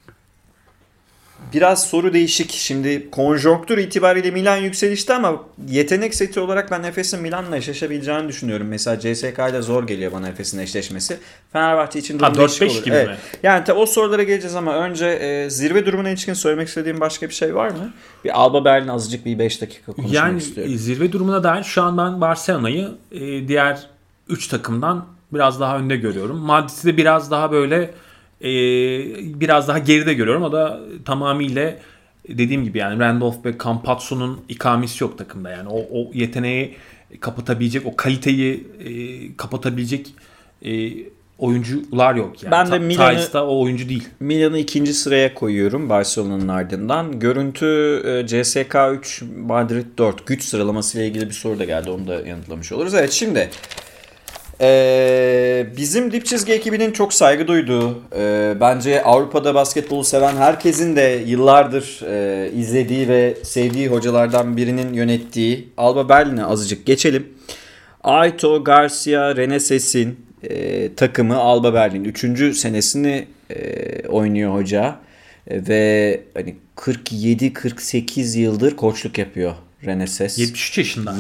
biraz soru değişik. Şimdi konjonktür itibariyle Milan yükselişte ama yetenek seti olarak ben Efes'in Milan'la eşleşebileceğini düşünüyorum. Mesela CSK ile zor geliyor bana Efes'in eşleşmesi. Fenerbahçe için durum değişik olur. 4-5 gibi mi? Yani o sorulara geleceğiz ama önce zirve durumuna ilişkin söylemek istediğim başka bir şey var mı? Bir Alba Berlin azıcık bir 5 dakika konuşmak istiyorum. Yani zirve durumuna dair şu an ben Barcelona'yı diğer 3 takımdan biraz daha önde görüyorum. Madrid'i de biraz daha böyle biraz daha geride görüyorum. O da tamamıyla dediğim gibi yani Randolph ve Campazzo'nun ikamesi yok takımda. Yani o yeteneği kapatabilecek, o kaliteyi kapatabilecek oyuncular yok yani. Ben de Milan'ı o oyuncu değil. Milan'ı ikinci sıraya koyuyorum Barcelona'nın ardından. Görüntü CSK 3, Madrid 4. Güç sıralamasıyla ilgili bir soru da geldi. Onu da yanıtlamış oluruz. Evet şimdi bizim Dip Çizgi ekibinin çok saygı duyduğu, bence Avrupa'da basketbolu seven herkesin de yıllardır izlediği ve sevdiği hocalardan birinin yönettiği Alba Berlin'e azıcık geçelim. Aito Garcia Reneses'in takımı Alba Berlin 3. senesini oynuyor hoca ve hani 47-48 yıldır koçluk yapıyor Reneses. 73 yaşında.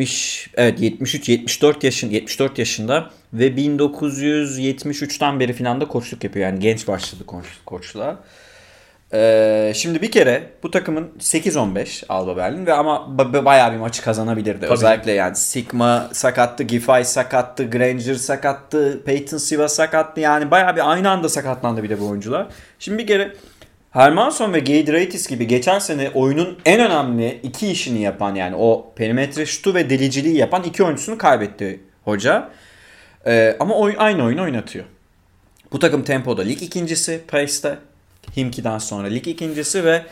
74 yaşında ve 1973'ten beri filan da koçluk yapıyor. Yani genç başladı koçluğa. Şimdi bir kere bu takımın 8-15 Alba Berlin ve ama bayağı bir maçı kazanabilirdi. Tabii. Özellikle yani Sigma sakattı, Giffey sakattı, Granger sakattı, Peyton Siva sakattı. Yani bayağı bir aynı anda sakatlandı bir de bu oyuncular. Şimdi bir kere Hermanson ve Giedraitis gibi geçen sene oyunun en önemli iki işini yapan yani o perimetre şutu ve deliciliği yapan iki oyuncusunu kaybetti hoca. Ama aynı oyunu oynatıyor. Bu takım tempoda lig ikincisi Pace'te. Himki'den sonra lig ikincisi ve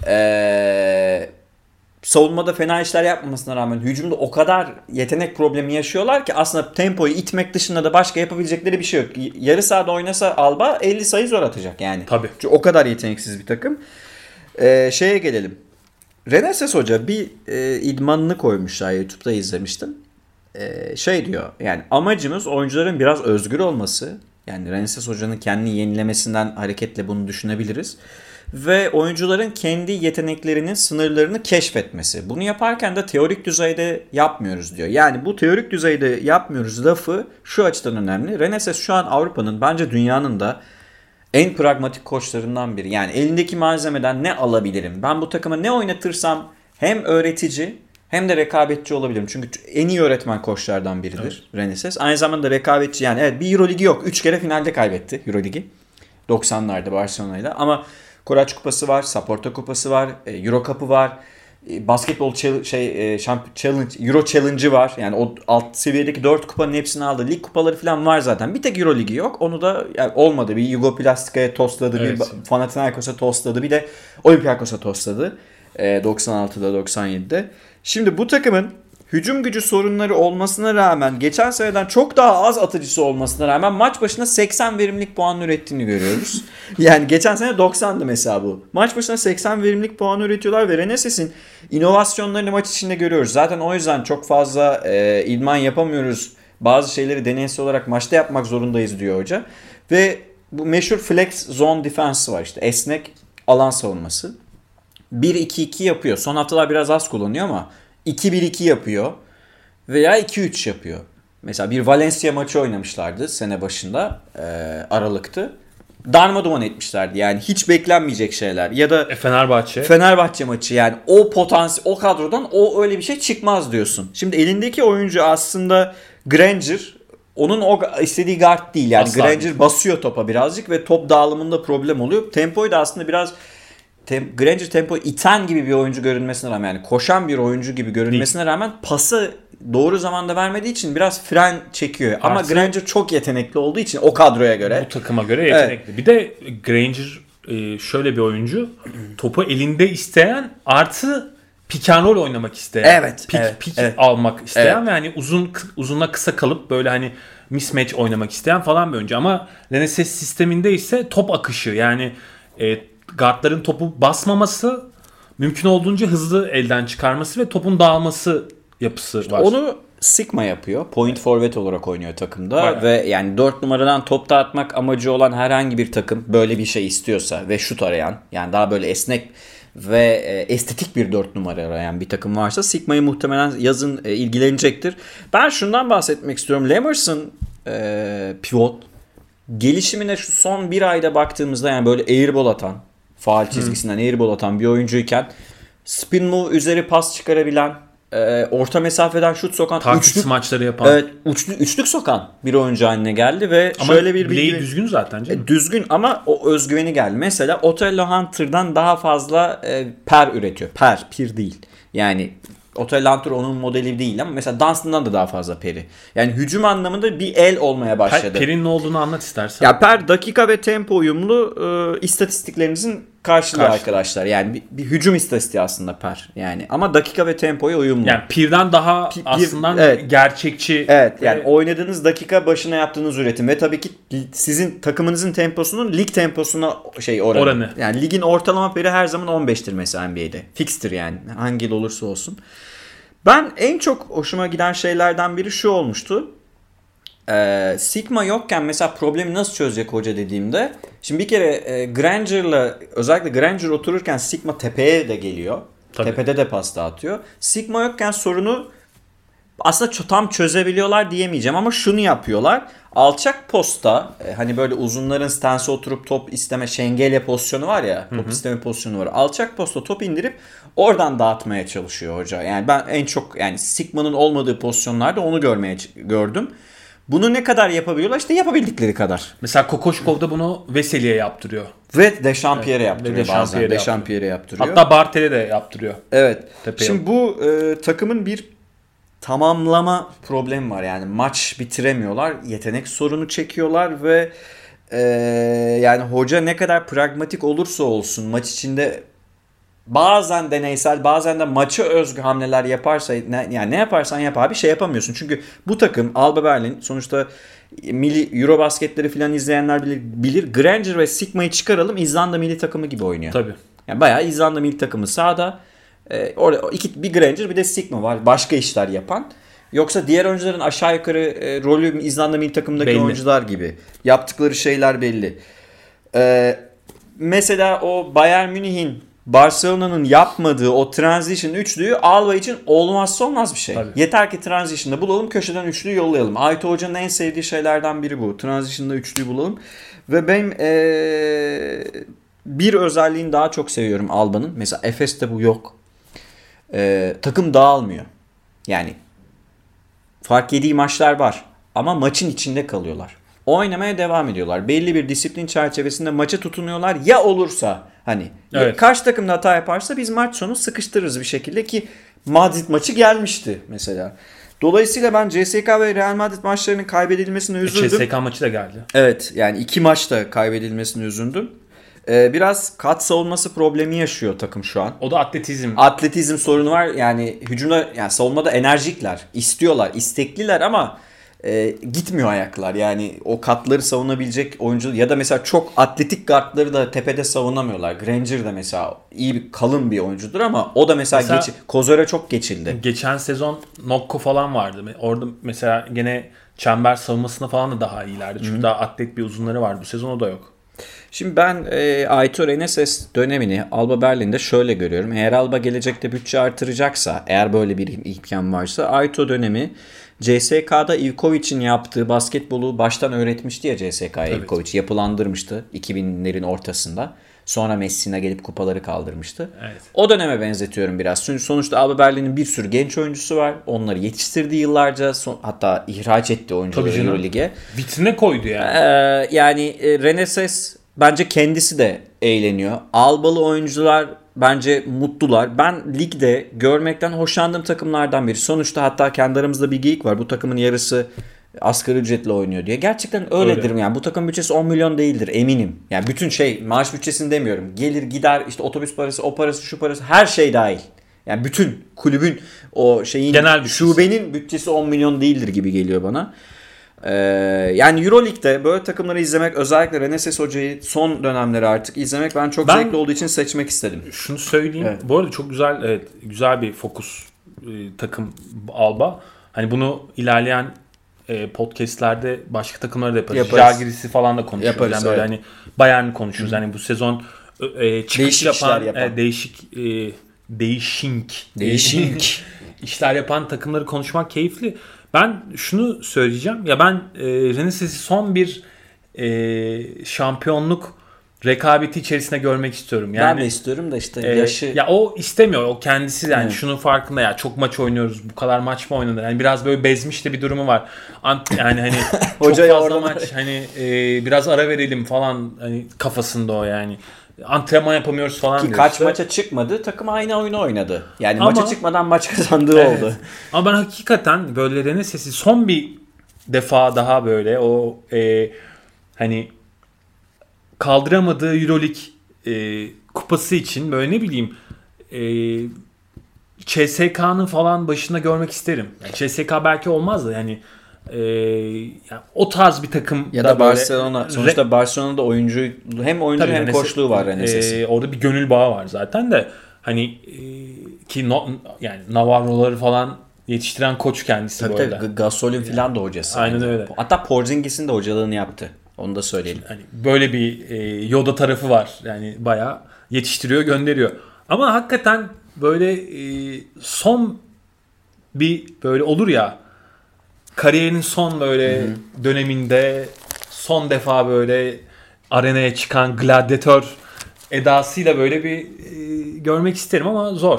savunmada fena işler yapmamasına rağmen hücumda o kadar yetenek problemi yaşıyorlar ki aslında tempoyu itmek dışında da başka yapabilecekleri bir şey yok. Yarı sahada oynasa Alba 50 sayı zor atacak yani. Tabii. Çünkü o kadar yeteneksiz bir takım. Şeye gelelim. Reneses Hoca bir idmanını koymuşlar, YouTube'da izlemiştim. Şey diyor yani amacımız oyuncuların biraz özgür olması. Yani Reneses Hoca'nın kendini yenilemesinden hareketle bunu düşünebiliriz. Ve oyuncuların kendi yeteneklerinin sınırlarını keşfetmesi. Bunu yaparken de teorik düzeyde yapmıyoruz diyor. Yani bu teorik düzeyde yapmıyoruz lafı şu açıdan önemli. Reneses şu an Avrupa'nın bence dünyanın da en pragmatik koçlarından biri. Yani elindeki malzemeden ne alabilirim? Ben bu takıma ne oynatırsam hem öğretici hem de rekabetçi olabilirim. Çünkü en iyi öğretmen koçlardan biridir evet. Reneses. Aynı zamanda rekabetçi yani evet bir Euroligi yok. 3 kere finalde kaybetti Euroligi. 90'larda Barcelona'yla ama Koraç Kupası var, Saporta Kupası var, Euro Cup'ı var, basketbol Euro Challenge'ı var. Yani o alt seviyedeki 4 kupanın hepsini aldı. Lig kupaları falan var zaten. Bir tek Euro Ligi yok. Onu da yani olmadı. Bir Yugoplastika'ya tosladı, evet. Bir Panathinaikos'a tosladı, bir de Olympiakos'a tosladı. 96'da 97'de. Şimdi bu takımın hücum gücü sorunları olmasına rağmen geçen seneden çok daha az atıcısı olmasına rağmen maç başına 80 verimlilik puan ürettiğini görüyoruz. Yani geçen sene 90'dı mesela bu. Maç başına 80 verimlilik puan üretiyorlar ve Reneses'in inovasyonlarını maç içinde görüyoruz. Zaten o yüzden çok fazla idman yapamıyoruz. Bazı şeyleri deneysel olarak maçta yapmak zorundayız diyor hoca. Ve bu meşhur flex zone defense var işte esnek alan savunması. 1-2-2 yapıyor. Son haftalar biraz az kullanıyor ama 2-1-2 yapıyor veya 2-3 yapıyor. Mesela bir Valencia maçı oynamışlardı sene başında. Aralıktı. Darmadağın etmişlerdi. Yani hiç beklenmeyecek şeyler. Ya da Fenerbahçe maçı, yani o o kadrodan o öyle bir şey çıkmaz diyorsun. Şimdi elindeki oyuncu aslında Granger. Onun o istediği guard değil. Yani asla Granger basıyor topa birazcık ve top dağılımında problem oluyor. Tempoyu da aslında biraz Granger tempo iten gibi bir oyuncu görünmesine rağmen, yani koşan bir oyuncu gibi görünmesine rağmen pası doğru zamanda vermediği için biraz fren çekiyor. Ama Granger çok yetenekli olduğu için o kadroya göre. Bu takıma göre yetenekli. Evet. Bir de Granger şöyle bir oyuncu. Topu elinde isteyen artı pick and roll oynamak isteyen. Evet. Pik almak isteyen ve hani uzunla kısa kalıp böyle hani mismatch oynamak isteyen falan bir oyuncu. Ama Reneses sisteminde ise top akışı, yani guardların topu basmaması, mümkün olduğunca hızlı elden çıkarması ve topun dağılması yapısı var. Onu Sigma yapıyor. Point forvet olarak oynuyor takımda. Bayağı. Ve yani 4 numaradan top dağıtmak amacı olan herhangi bir takım böyle bir şey istiyorsa ve şut arayan, yani daha böyle esnek ve estetik bir 4 numara arayan bir takım varsa Sigma'yı muhtemelen yazın ilgilenecektir. Ben şundan bahsetmek istiyorum. Lamers'ın pivot gelişimine şu son bir ayda baktığımızda, yani böyle airball atan, faal çizgisinden airball atan bir oyuncuyken spin move üzeri pas çıkarabilen, orta mesafeden şut sokan, üçlük maçları yapan, evet, üçlük sokan bir oyuncu haline geldi ve ama şöyle bir bileği düzgün zaten canım. Düzgün ama o özgüveni geldi. Mesela Otello Hunter'dan daha fazla per üretiyor. Pir değil. Yani Otello Hunter onun modeli değil ama mesela Dunstan'dan da daha fazla peri. Yani hücum anlamında bir el olmaya başladı. Per'in ne olduğunu anlat istersen. Ya per dakika ve tempo uyumlu istatistiklerinizin karşılığı arkadaşlar. Yani bir hücum istatistiği aslında per. Yani ama dakika ve tempoya uyumlu. Yani pirden daha aslında gerçekçi. Evet, yani oynadığınız dakika başına yaptığınız üretim ve tabii ki sizin takımınızın temposunun lig temposuna oranı. Yani ligin ortalama peri her zaman 15'tir mesela NBA'de. Fixtir yani. Hangi yıl olursa olsun. Ben en çok hoşuma giden şeylerden biri şu olmuştu. Sigma yokken mesela problemi nasıl çözecek hoca dediğimde, şimdi bir kere Granger'la, özellikle Granger otururken Sigma tepeye de geliyor. Tabii. Tepede de pas dağıtıyor. Sigma yokken sorunu aslında tam çözebiliyorlar diyemeyeceğim ama şunu yapıyorlar. Alçak posta, hani böyle uzunların stansı oturup top isteme şengelye pozisyonu var ya, top isteme pozisyonu var. Alçak posta top indirip oradan dağıtmaya çalışıyor hoca. Yani ben en çok, yani Sigma'nın olmadığı pozisyonlarda onu gördüm. Bunu ne kadar yapabiliyorlar? İşte yapabildikleri kadar. Mesela Kokoşkov'da bunu Veseli'ye yaptırıyor. Ve Dechampierre yaptırıyor bazen. Dechampierre yaptırıyor. Hatta Bartel'e de yaptırıyor. Evet. Tepeye. Şimdi bu takımın bir tamamlama problemi var. Yani maç bitiremiyorlar. Yetenek sorunu çekiyorlar ve yani hoca ne kadar pragmatik olursa olsun maç içinde bazen deneysel, bazen de maça özgü hamleler yaparsa, yani ne yaparsan yap abi, şey yapamıyorsun. Çünkü bu takım Alba Berlin sonuçta milli Eurobasketleri falan izleyenler bilir. Granger ve Sigma'yı çıkaralım, İzlanda milli takımı gibi oynuyor. Tabii. Yani bayağı İzlanda milli takımı sahada. Orada bir Granger bir de Sigma var. Başka işler yapan. Yoksa diğer oyuncuların aşağı yukarı rolü İzlanda milli takımındaki belli oyuncular gibi. Yaptıkları şeyler belli. Mesela o Bayern Münih'in, Barcelona'nın yapmadığı o transition üçlüyü Alba için olmazsa olmaz bir şey. Tabii. Yeter ki transition'da bulalım, köşeden üçlüyü yollayalım. Ayto Hoca'nın en sevdiği şeylerden biri bu. Transition'da üçlüyü bulalım. Ve ben bir özelliğini daha çok seviyorum Alba'nın. Mesela Efes'te bu yok. Takım dağılmıyor. Yani fark yediği maçlar var. Ama maçın içinde kalıyorlar. Oynamaya devam ediyorlar. Belli bir disiplin çerçevesinde maça tutunuyorlar. Ya olursa hani karşı takım da hata yaparsa biz maç sonu sıkıştırırız bir şekilde, ki Madrid maçı gelmişti mesela. Dolayısıyla ben CSK ve Real Madrid maçlarının kaybedilmesine üzüldüm. CSK maçı da geldi. Evet, yani 2 maçta kaybedilmesine üzüldüm. Biraz kat savunması problemi yaşıyor takım şu an. O da atletizm. Atletizm sorunu var. Yani hücumda, yani savunmada enerjikler, istiyorlar, istekliler ama gitmiyor ayaklar. Yani o katları savunabilecek oyuncu ya da mesela çok atletik guardları da tepede savunamıyorlar. Granger de mesela iyi bir kalın bir oyuncudur ama o da mesela Kozor'a çok geçildi. Geçen sezon Nokko falan vardı. Orada mesela gene çember savunmasında falan da daha iyilerdi. Çünkü daha atlet bir uzunları var. Bu sezon o da yok. Şimdi ben Aitor Eneses dönemini Alba Berlin'de şöyle görüyorum. Eğer Alba gelecekte bütçe artıracaksa, eğer böyle bir imkan varsa Aitor dönemi CSK'da Ivkovic'in yaptığı basketbolu baştan öğretmişti ya CSK'ya Evet. Ivkovic. Yapılandırmıştı 2000'lerin ortasında. Sonra Messi'ne gelip kupaları kaldırmıştı. Evet. O döneme benzetiyorum biraz. Çünkü sonuçta Alba Berlin'in bir sürü genç oyuncusu var. Onları yetiştirdi yıllarca. Hatta ihraç etti oyuncuları Tabii canım. Euroleague'e. Vitrine koydu yani. Yani Reneses bence kendisi de eğleniyor. Albalı oyuncular bence mutlular. Ben ligde görmekten hoşlandığım takımlardan biri. Sonuçta hatta kendi aramızda bir geyik var. Bu takımın yarısı asgari ücretle oynuyor diye. Gerçekten öyledir. Öyle. Yani bu takım bütçesi 10 milyon değildir eminim. Yani bütün maaş bütçesini demiyorum. Gelir gider işte otobüs parası, o parası, şu parası her şey dahil. Yani bütün kulübün o şeyin Genel bütçesi. şubenin bütçesi 10 milyon değildir gibi geliyor bana. Yani Euroleague'de böyle takımları izlemek, özellikle Reneses Hoca'yı son dönemleri artık izlemek ben çok zevkli olduğu için seçmek istedim. Şunu söyleyeyim. Evet. Bu arada çok güzel, evet, güzel bir fokus takım Alba. Hani bunu ilerleyen podcastlerde başka takımları da yaparız. Žalgiris'i falan da konuşuruz. Yaparız, Yani böyle evet. hani Bayern'i konuşuruz. Hani bu sezon çıkış Değişik işler yapan. değişik işler yapan takımları konuşmak keyifli. Ben şunu söyleyeceğim. Ya ben Reneses'i son bir şampiyonluk rekabeti içerisinde görmek istiyorum. Yani Ben de istiyorum da işte yaşı... ya o istemiyor. O kendisi yani Evet. şunun farkında, ya çok maç oynuyoruz. Bu kadar maç mı oynanır? Yani biraz böyle bezmiş de bir durumu var. Yani hani çok Hocaya fazla oradan- maç, hani biraz ara verelim falan hani kafasında o yani. Antrenman yapamıyoruz falan Ki diyor. kaç İşte. maça çıkmadı, takım aynı oyunu oynadı. Yani Ama- maça çıkmadan maç kazandığı Evet. oldu. Ama ben hakikaten böyle Reneses'i son bir defa daha böyle o hani kaldıramadığı Euroleague kupası için böyle ne bileyim CSK'nın falan başında görmek isterim. Yani CSK belki olmaz da yani yani o tarz bir takım Ya da Barcelona. Sonuçta Barcelona'da oyuncu hem oyuncu hem koçluğu var Reneses'in. orada bir gönül bağı var zaten de hani ki yani Navarro'ları falan yetiştiren koç kendisi Tabii bu arada. tabii Gasol'ün filan da hocası. Aynen öyle. Hatta Porzingis'in de hocalığını yaptı. Onu da söyleyelim. Hani böyle bir Yoda tarafı var. Yani bayağı yetiştiriyor, gönderiyor. Ama hakikaten böyle son bir böyle olur ya, kariyerinin son böyle döneminde son defa böyle arenaya çıkan gladyatör edasıyla böyle bir görmek isterim ama zor.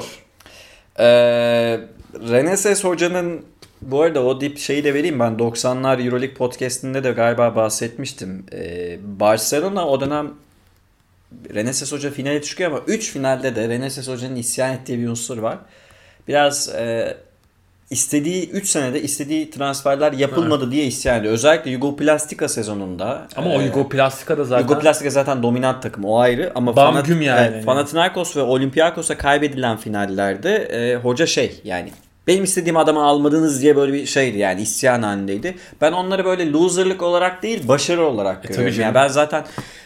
Reneses Hoca'nın bu arada o dip şeyi de vereyim, ben 90'lar Euroleague podcast'inde de galiba bahsetmiştim. Barcelona o dönem Reneses Hoca finale çıkıyor ama 3 finalde de Reneses Hoca'nın isyan ettiği bir unsur var. Biraz istediği 3 senede istediği transferler yapılmadı diye isyan ediyor. Özellikle Jugoplastika sezonunda. Ama o Jugoplastika da zaten Jugoplastika zaten dominant takım, o ayrı ama Bam güm yani. Panathinaikos ve Olympiakos'a kaybedilen finallerde hoca yani benim istediğim adamı almadınız diye böyle bir şeydi, yani isyan halindeydi. Ben onları böyle loserlık olarak değil, başarı olarak görüyorum. tabii Yani ben zaten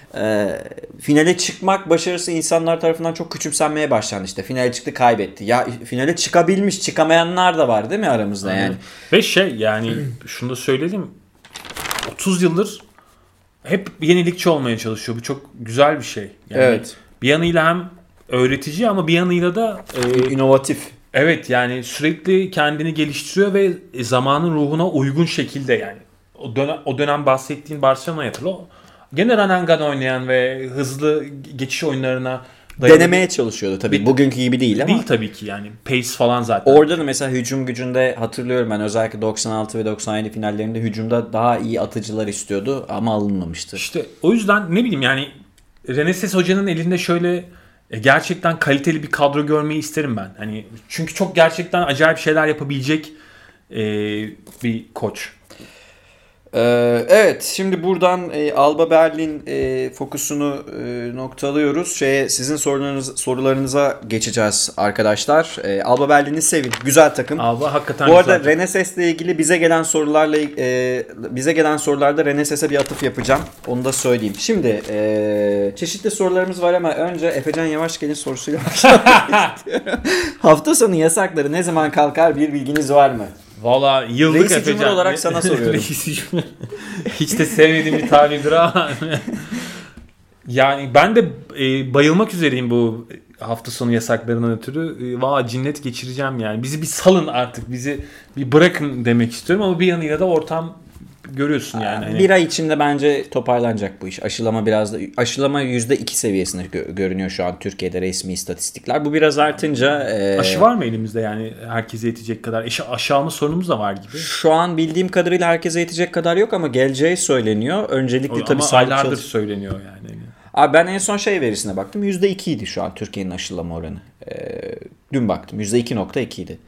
finale çıkmak başarısı insanlar tarafından çok küçümsenmeye başlandı işte. Finale çıktı, kaybetti. Ya finale çıkabilmiş, çıkamayanlar da var değil mi aramızda yani? Ve yani şunu da söyleyelim, 30 yıldır hep yenilikçi olmaya çalışıyor. Bu çok güzel bir şey. Yani Evet. bir yanıyla hem öğretici ama bir yanıyla da İnovatif. evet yani sürekli kendini geliştiriyor ve zamanın ruhuna uygun şekilde yani. O dönem bahsettiğin Barcelona'yı hatırla. Gene run and gun oynayan ve hızlı geçiş oyunlarına Denemeye çalışıyordu tabii. Bugünkü gibi değil ama. Değil tabii ki yani. Pace falan zaten. Orada da mesela hücum gücünde hatırlıyorum ben, özellikle 96 ve 97 finallerinde hücumda daha iyi atıcılar istiyordu ama alınmamıştı. İşte o yüzden ne bileyim yani Reneses Hoca'nın elinde şöyle gerçekten kaliteli bir kadro görmeyi isterim ben. Hani çünkü çok gerçekten acayip şeyler yapabilecek bir koç. Evet, şimdi buradan Alba Berlin fokusunu noktalıyoruz. Sizin sorularınıza geçeceğiz arkadaşlar. Alba Berlin'i sevin. Güzel takım. Alba hakikaten Bu arada güzel. Reneses'le ilgili bize gelen sorularda Reneses'e bir atıf yapacağım. Onu da söyleyeyim. Şimdi çeşitli sorularımız var ama önce Efecan Yavaşgel'in sorusuyla başlamak istiyorum. Hafta sonu yasakları ne zaman kalkar, bir bilginiz var mı? Valla yıllık Reis-i Cumhur olarak sana soruyorum. Reis-i Cumhur. Hiç de sevmediğim bir tabirdir ama. Yani ben de bayılmak üzereyim bu hafta sonu yasaklarından ötürü cinnet geçireceğim yani. Bizi bir salın artık. Bizi bir bırakın demek istiyorum ama bir yanıyla da ortam görüyorsun yani. Hani... Bir ay içinde bence toparlanacak bu iş. Aşılama aşılama %2 seviyesinde görünüyor şu an Türkiye'de resmi istatistikler. Bu biraz artınca aşı var mı elimizde yani herkese yetecek kadar? Aşı alma sorunumuz da var gibi. Şu an bildiğim kadarıyla herkese yetecek kadar yok ama geleceği söyleniyor. Öncelikle tabii aylardır söyleniyor yani. Abi ben en son verisine baktım. %2 idi şu an Türkiye'nin aşılama oranı. Dün baktım. %2.2 idi.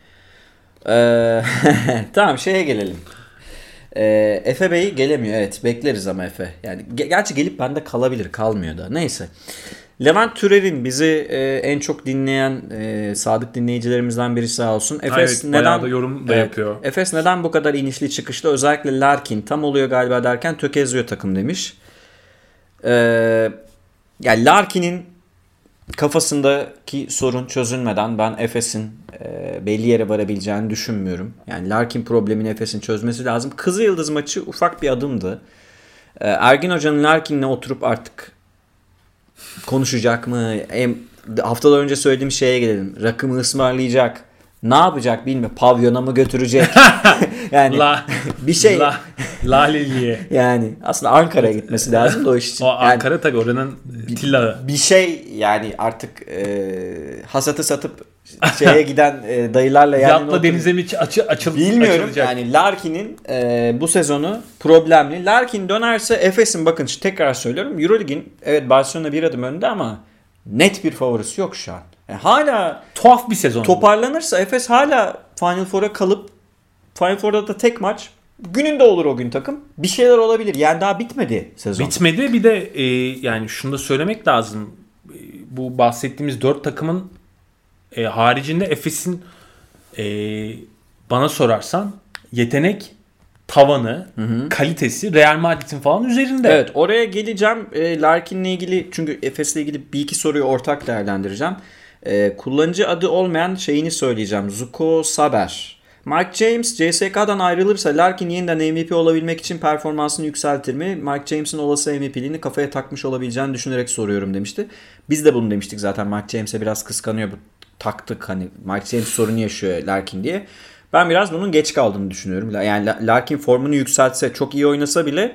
Tamam gelelim. Efe Bey gelemiyor. Evet bekleriz ama Efe. Yani gerçi gelip bende kalabilir. Kalmıyor da. Neyse. Levent Türer'in bizi en çok dinleyen sadık dinleyicilerimizden birisi sağ olsun. Efes neden da yorum da yapıyor. Efes neden bu kadar inişli çıkışlı? Özellikle Larkin tam oluyor galiba derken tökezliyor takım demiş. Yani Larkin'in kafasındaki sorun çözülmeden ben Efes'in belli yere varabileceğini düşünmüyorum. Yani Larkin problemini Efes'in çözmesi lazım. Kızılyıldız maçı ufak bir adımdı. Ergin Hoca'nın Larkin'le oturup artık konuşacak mı? Haftalar önce söylediğim şeye gelelim. Rakımı ısmarlayacak. Ne yapacak bilmiyorum. Pavyona mı götürecek? Yani bir şey. Laleli'ye. Yani aslında Ankara'ya gitmesi lazım da o iş için. O Ankara tabii oranın tillağı. Bir şey yani artık hasatı satıp giden dayılarla yani. Yatla denize mi açılacak? Bilmiyorum yani Larkin'in bu sezonu problemli. Larkin dönerse Efes'in bakın tekrar söylüyorum. Euroleague'in evet Barcelona bir adım önde ama net bir favorisi yok şu an. Yani hala tuhaf bir sezon. Toparlanırsa Efes hala Final Four'a kalıp Final Four'da da tek maç gününde olur o gün takım. Bir şeyler olabilir. Yani daha bitmedi sezon. Bitmedi. Bir de yani şunu da söylemek lazım. Bu bahsettiğimiz 4 takımın haricinde Efes'in bana sorarsan yetenek tavanı, kalitesi Real Madrid'in falan üzerinde. Evet, oraya geleceğim. Larkin'le ilgili çünkü Efes'le ilgili bir iki soruyu ortak değerlendireceğim. Kullanıcı adı olmayan şeyini söyleyeceğim. Zuko Saber. Mike James CSK'dan ayrılırsa Larkin yeniden MVP olabilmek için performansını yükseltir mi? Mike James'in olası MVP'liğini kafaya takmış olabileceğini düşünerek soruyorum demişti. Biz de bunu demiştik zaten. Mike James'e biraz kıskanıyor. Taktık hani Mike James sorunu yaşıyor Larkin diye. Ben biraz bunun geç kaldığını düşünüyorum. Yani Larkin formunu yükseltse çok iyi oynasa bile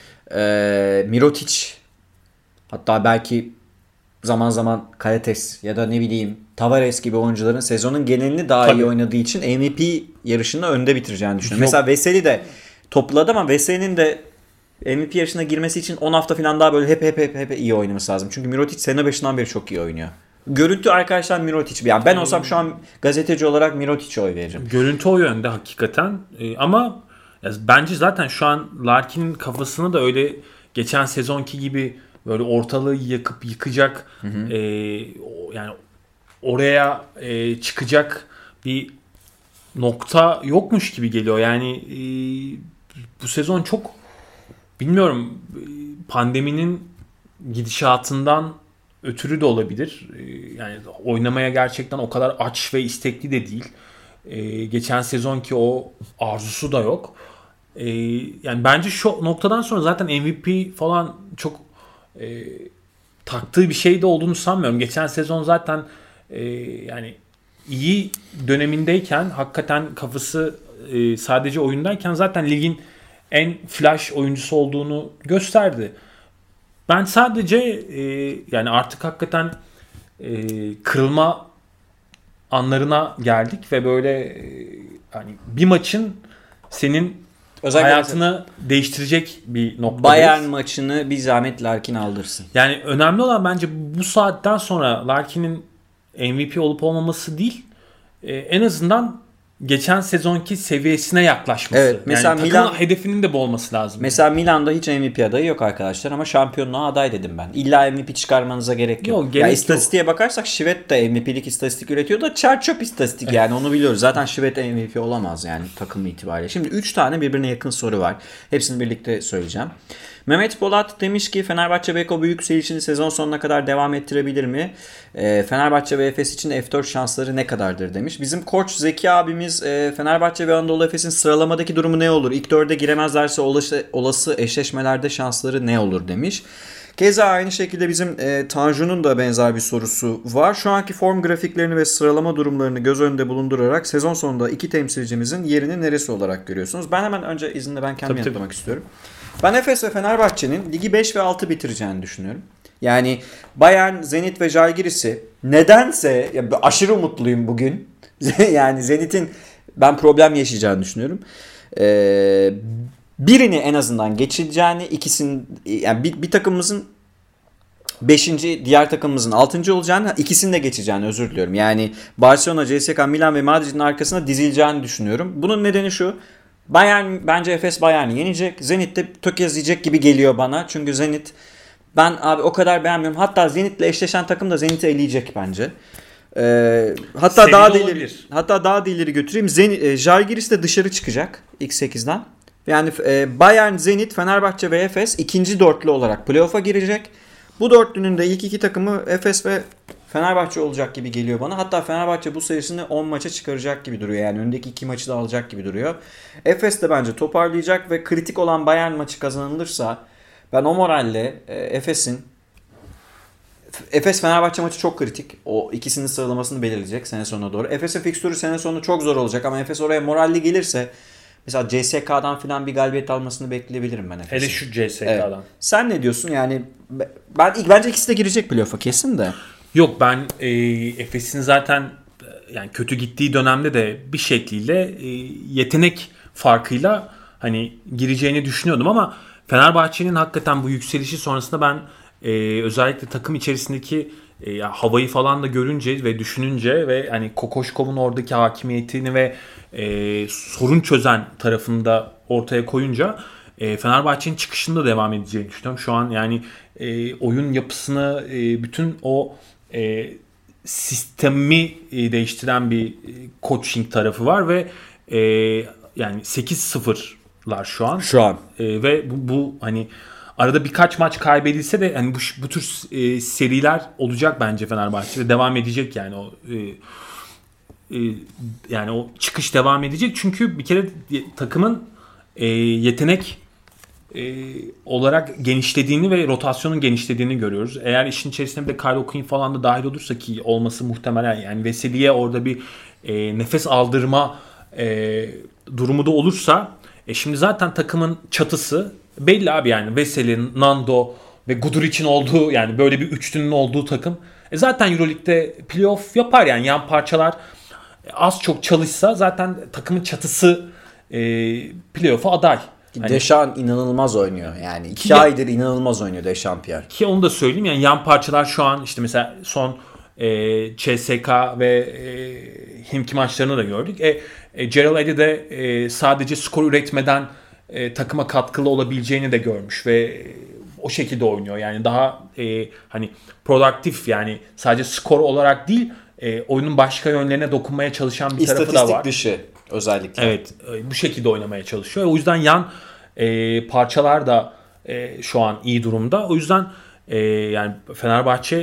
Mirotic hatta belki zaman zaman Kalates ya da ne bileyim Tavares gibi oyuncuların sezonun genelini daha iyi oynadığı için MVP yarışında önde bitireceğini düşünüyorum. Mesela Veseli de topladı ama Veseli'nin de MVP yarışına girmesi için 10 hafta falan daha böyle hep iyi oynaması lazım. Çünkü Mirotic sene başından beri çok iyi oynuyor. Görüntü arkadaşlar Mirotic. Yani ben olsam şu an gazeteci olarak Mirotic'e oy veririm. Görüntü o yönde hakikaten. Ama bence zaten şu an Larkin'in kafasını da öyle geçen sezonki gibi böyle ortalığı yakıp yıkacak yani oraya çıkacak bir nokta yokmuş gibi geliyor. Yani bu sezon çok bilmiyorum pandeminin gidişatından ötürü de olabilir. Yani oynamaya gerçekten o kadar aç ve istekli de değil. Geçen sezonki o arzusu da yok. Yani bence şu noktadan sonra zaten MVP falan çok taktığı bir şey de olduğunu sanmıyorum. Geçen sezon zaten yani iyi dönemindeyken hakikaten kafası sadece oyundayken zaten ligin en flash oyuncusu olduğunu gösterdi. Ben sadece yani artık hakikaten kırılma anlarına geldik ve böyle hani bir maçın senin özellikle hayatını değiştirecek bir noktadayız. Bayern maçını bir zahmet Larkin aldırsın. Yani önemli olan bence bu saatten sonra Larkin'in MVP olup olmaması değil, en azından geçen sezonki seviyesine yaklaşması. Evet, mesela yani Milan hedefinin de bu olması lazım. Mesela Milan'da hiç MVP adayı yok arkadaşlar ama şampiyonluğa aday dedim ben. İlla MVP çıkarmanıza gerek yok. Ya istatistiğe bakarsak Şivet de MVP'lik istatistik üretiyor da çerçöp istatistik yani onu biliyoruz. Zaten Şivet MVP olamaz yani takım itibariyle. Şimdi 3 tane birbirine yakın soru var. Hepsini birlikte söyleyeceğim. Mehmet Polat demiş ki Fenerbahçe Beko büyük yükselişini sezon sonuna kadar devam ettirebilir mi? Fenerbahçe ve Efes için F4 şansları ne kadardır demiş. Bizim koç Zeki abimiz Fenerbahçe ve Anadolu Efes'in sıralamadaki durumu ne olur? İlk 4'e giremezlerse olası eşleşmelerde şansları ne olur demiş. Keza aynı şekilde bizim Tanju'nun da benzer bir sorusu var. Şu anki form grafiklerini ve sıralama durumlarını göz önünde bulundurarak sezon sonunda iki temsilcimizin yerini neresi olarak görüyorsunuz? Ben hemen önce izinle ben kendim yanıtlamak istiyorum. Ben Efes ve Fenerbahçe'nin ligi 5 ve 6 bitireceğini düşünüyorum. Yani Bayern, Zenit ve Žalgiris'i nedense ya aşırı mutluyum bugün. Yani Zenit'in ben problem yaşayacağını düşünüyorum. Birini en azından geçileceğini, ikisinin yani bir takımımızın 5. diğer takımımızın 6. olacağını, ikisini de geçeceğini özür diliyorum. Yani Barcelona, CSKA, Milan ve Madrid'in arkasına dizileceğini düşünüyorum. Bunun nedeni şu. Bayern bence Efes Bayern'i yenecek. Zenit de tökezleyecek gibi geliyor bana. Çünkü Zenit ben abi o kadar beğenmiyorum. Hatta Zenit'le eşleşen takım da Zenit'i eleyecek bence. Hatta daha da ileri götüreyim. Žalgiris de dışarı çıkacak ilk 8'den. Yani Bayern, Zenit, Fenerbahçe ve Efes ikinci dörtlü olarak playoff'a girecek. Bu dörtlünün de ilk iki takımı Efes ve Fenerbahçe olacak gibi geliyor bana. Hatta Fenerbahçe bu serisini 10 maça çıkaracak gibi duruyor. Yani öndeki 2 maçı da alacak gibi duruyor. Efes de bence toparlayacak ve kritik olan Bayern maçı kazanılırsa ben o moralle Efes Fenerbahçe maçı çok kritik. O ikisinin sıralamasını belirleyecek sene sonuna doğru. Efes'in fikstürü sene sonu çok zor olacak ama Efes oraya moralli gelirse mesela CSK'dan falan bir galibiyet almasını bekleyebilirim ben Efes'in. Hele şu CSK'dan. Evet. Sen ne diyorsun? Yani bence ikisi de girecek playoff'a kesin de. Yok ben Efes'in zaten yani kötü gittiği dönemde de bir şekliyle yetenek farkıyla hani gireceğini düşünüyordum ama Fenerbahçe'nin hakikaten bu yükselişi sonrasında ben özellikle takım içerisindeki havayı falan da görünce ve düşününce ve hani Kokoşkov'un oradaki hakimiyetini ve sorun çözen tarafını da ortaya koyunca Fenerbahçe'nin çıkışında devam edeceğini düşünüyorum. Şu an yani oyun yapısını bütün o sistemi değiştiren bir coaching tarafı var ve yani 8-0'lar şu an. Ve bu hani arada birkaç maç kaybedilse de hani bu tür seriler olacak bence Fenerbahçe'de devam edecek yani o yani o çıkış devam edecek çünkü bir kere takımın yetenek olarak genişlediğini ve rotasyonun genişlediğini görüyoruz. Eğer işin içerisinde bir de Kyle O'Quinn falan da dahil olursa ki olması muhtemelen yani Veseli'ye orada bir nefes aldırma durumu da olursa şimdi zaten takımın çatısı belli abi yani Veseli, Nando ve Guduric'in olduğu yani böyle bir üçlünün olduğu takım zaten Euroleague'de playoff yapar yani yan parçalar az çok çalışsa zaten takımın çatısı playoff'a aday. Hani, Deschamps inanılmaz oynuyor. Yani 2 aydır inanılmaz oynuyor Deschamps Pierre. Ki onu da söyleyeyim yani yan parçalar şu an işte mesela son CSK ve Himki maçlarını da gördük. Gerald Eddy de sadece skor üretmeden takıma katkılı olabileceğini de görmüş ve o şekilde oynuyor. Yani daha hani produktif yani sadece skor olarak değil oyunun başka yönlerine dokunmaya çalışan bir tarafı da var. İstatistik dışı özellikle. Evet bu şekilde oynamaya çalışıyor. O yüzden yan parçalar da şu an iyi durumda. O yüzden yani Fenerbahçe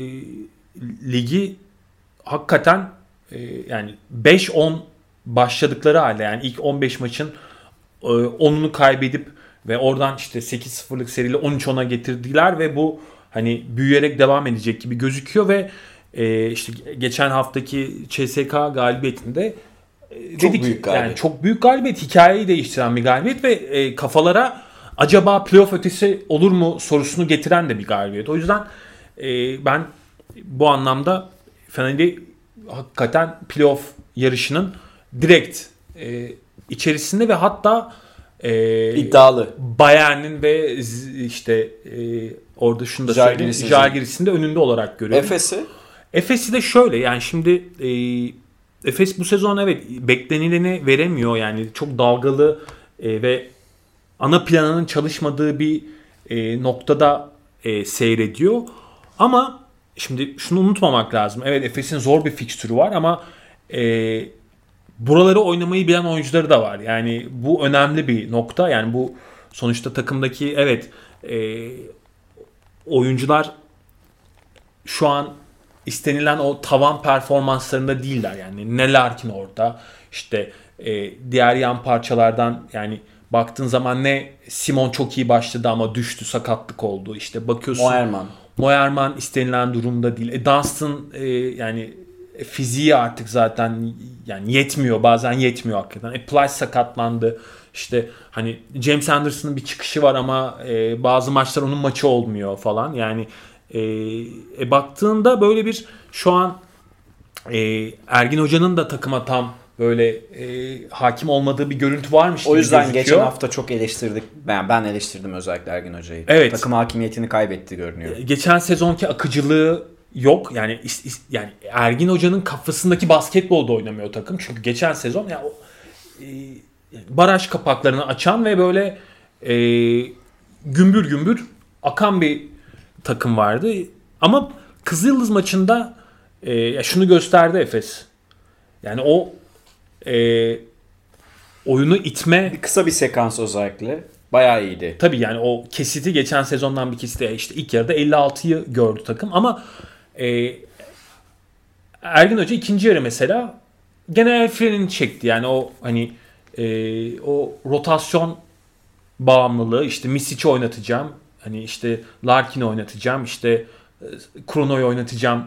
ligi hakikaten yani 5-10 başladıkları halde yani ilk 15 maçın 10'unu kaybedip ve oradan işte 8-0'lık seriyle 13-10'a getirdiler ve bu hani büyüyerek devam edecek gibi gözüküyor ve işte geçen haftaki CSK galibiyetinde çok büyük galibiyet. Yani çok büyük galibiyet, hikayeyi değiştiren bir galibiyet ve kafalara acaba playoff ötesi olur mu sorusunu getiren de bir galibiyet. O yüzden ben bu anlamda Fener'i hakikaten playoff yarışının direkt içerisinde ve hatta iddialı. Bayern'in ve işte orada şunu da söyleyeyim. Žalgiris'in de önünde olarak görüyorum. Efes'i de şöyle yani şimdi Efes bu sezon evet beklenileni veremiyor yani çok dalgalı ve ana planının çalışmadığı bir noktada seyrediyor. Ama şimdi şunu unutmamak lazım. Evet Efes'in zor bir fikstürü var ama buraları oynamayı bilen oyuncuları da var. Yani bu önemli bir nokta. Yani bu sonuçta takımdaki evet oyuncular şu an istenilen o tavan performanslarında değiller. Yani ne Larkin orada işte diğer yan parçalardan yani baktığın zaman ne Simon çok iyi başladı ama düştü, sakatlık oldu. İşte bakıyorsun Moerman istenilen durumda değil. Dunstan yani fiziği artık zaten yani yetmiyor, bazen yetmiyor hakikaten. Plyce sakatlandı. İşte hani James Anderson'ın bir çıkışı var ama bazı maçlar onun maçı olmuyor falan. Yani baktığında böyle bir şu an Ergin Hoca'nın da takıma tam böyle hakim olmadığı bir görüntü varmış gibi O yüzden gözüküyor. geçen hafta çok eleştirdik. Ben eleştirdim özellikle Ergin Hoca'yı. Evet. Takım hakimiyetini kaybetti görünüyor. Geçen sezonki akıcılığı yok. Yani Ergin Hoca'nın kafasındaki basketbolda oynamıyor takım. Çünkü geçen sezon yani baraj kapaklarını açan ve böyle gümbür gümbür akan bir takım vardı. Ama Kızılyıldız maçında şunu gösterdi Efes. Yani o oyunu itme... Kısa bir sekans özellikle. Bayağı iyiydi. Tabii yani o kesiti geçen sezondan bir kesiti işte ilk yarıda 56'yı gördü takım ama Ergin Hoca ikinci yarı mesela gene el frenini çekti. Yani o hani o rotasyon bağımlılığı işte Misic'i oynatacağım. Hani işte Larkin'i oynatacağım. İşte Krono'yu oynatacağım.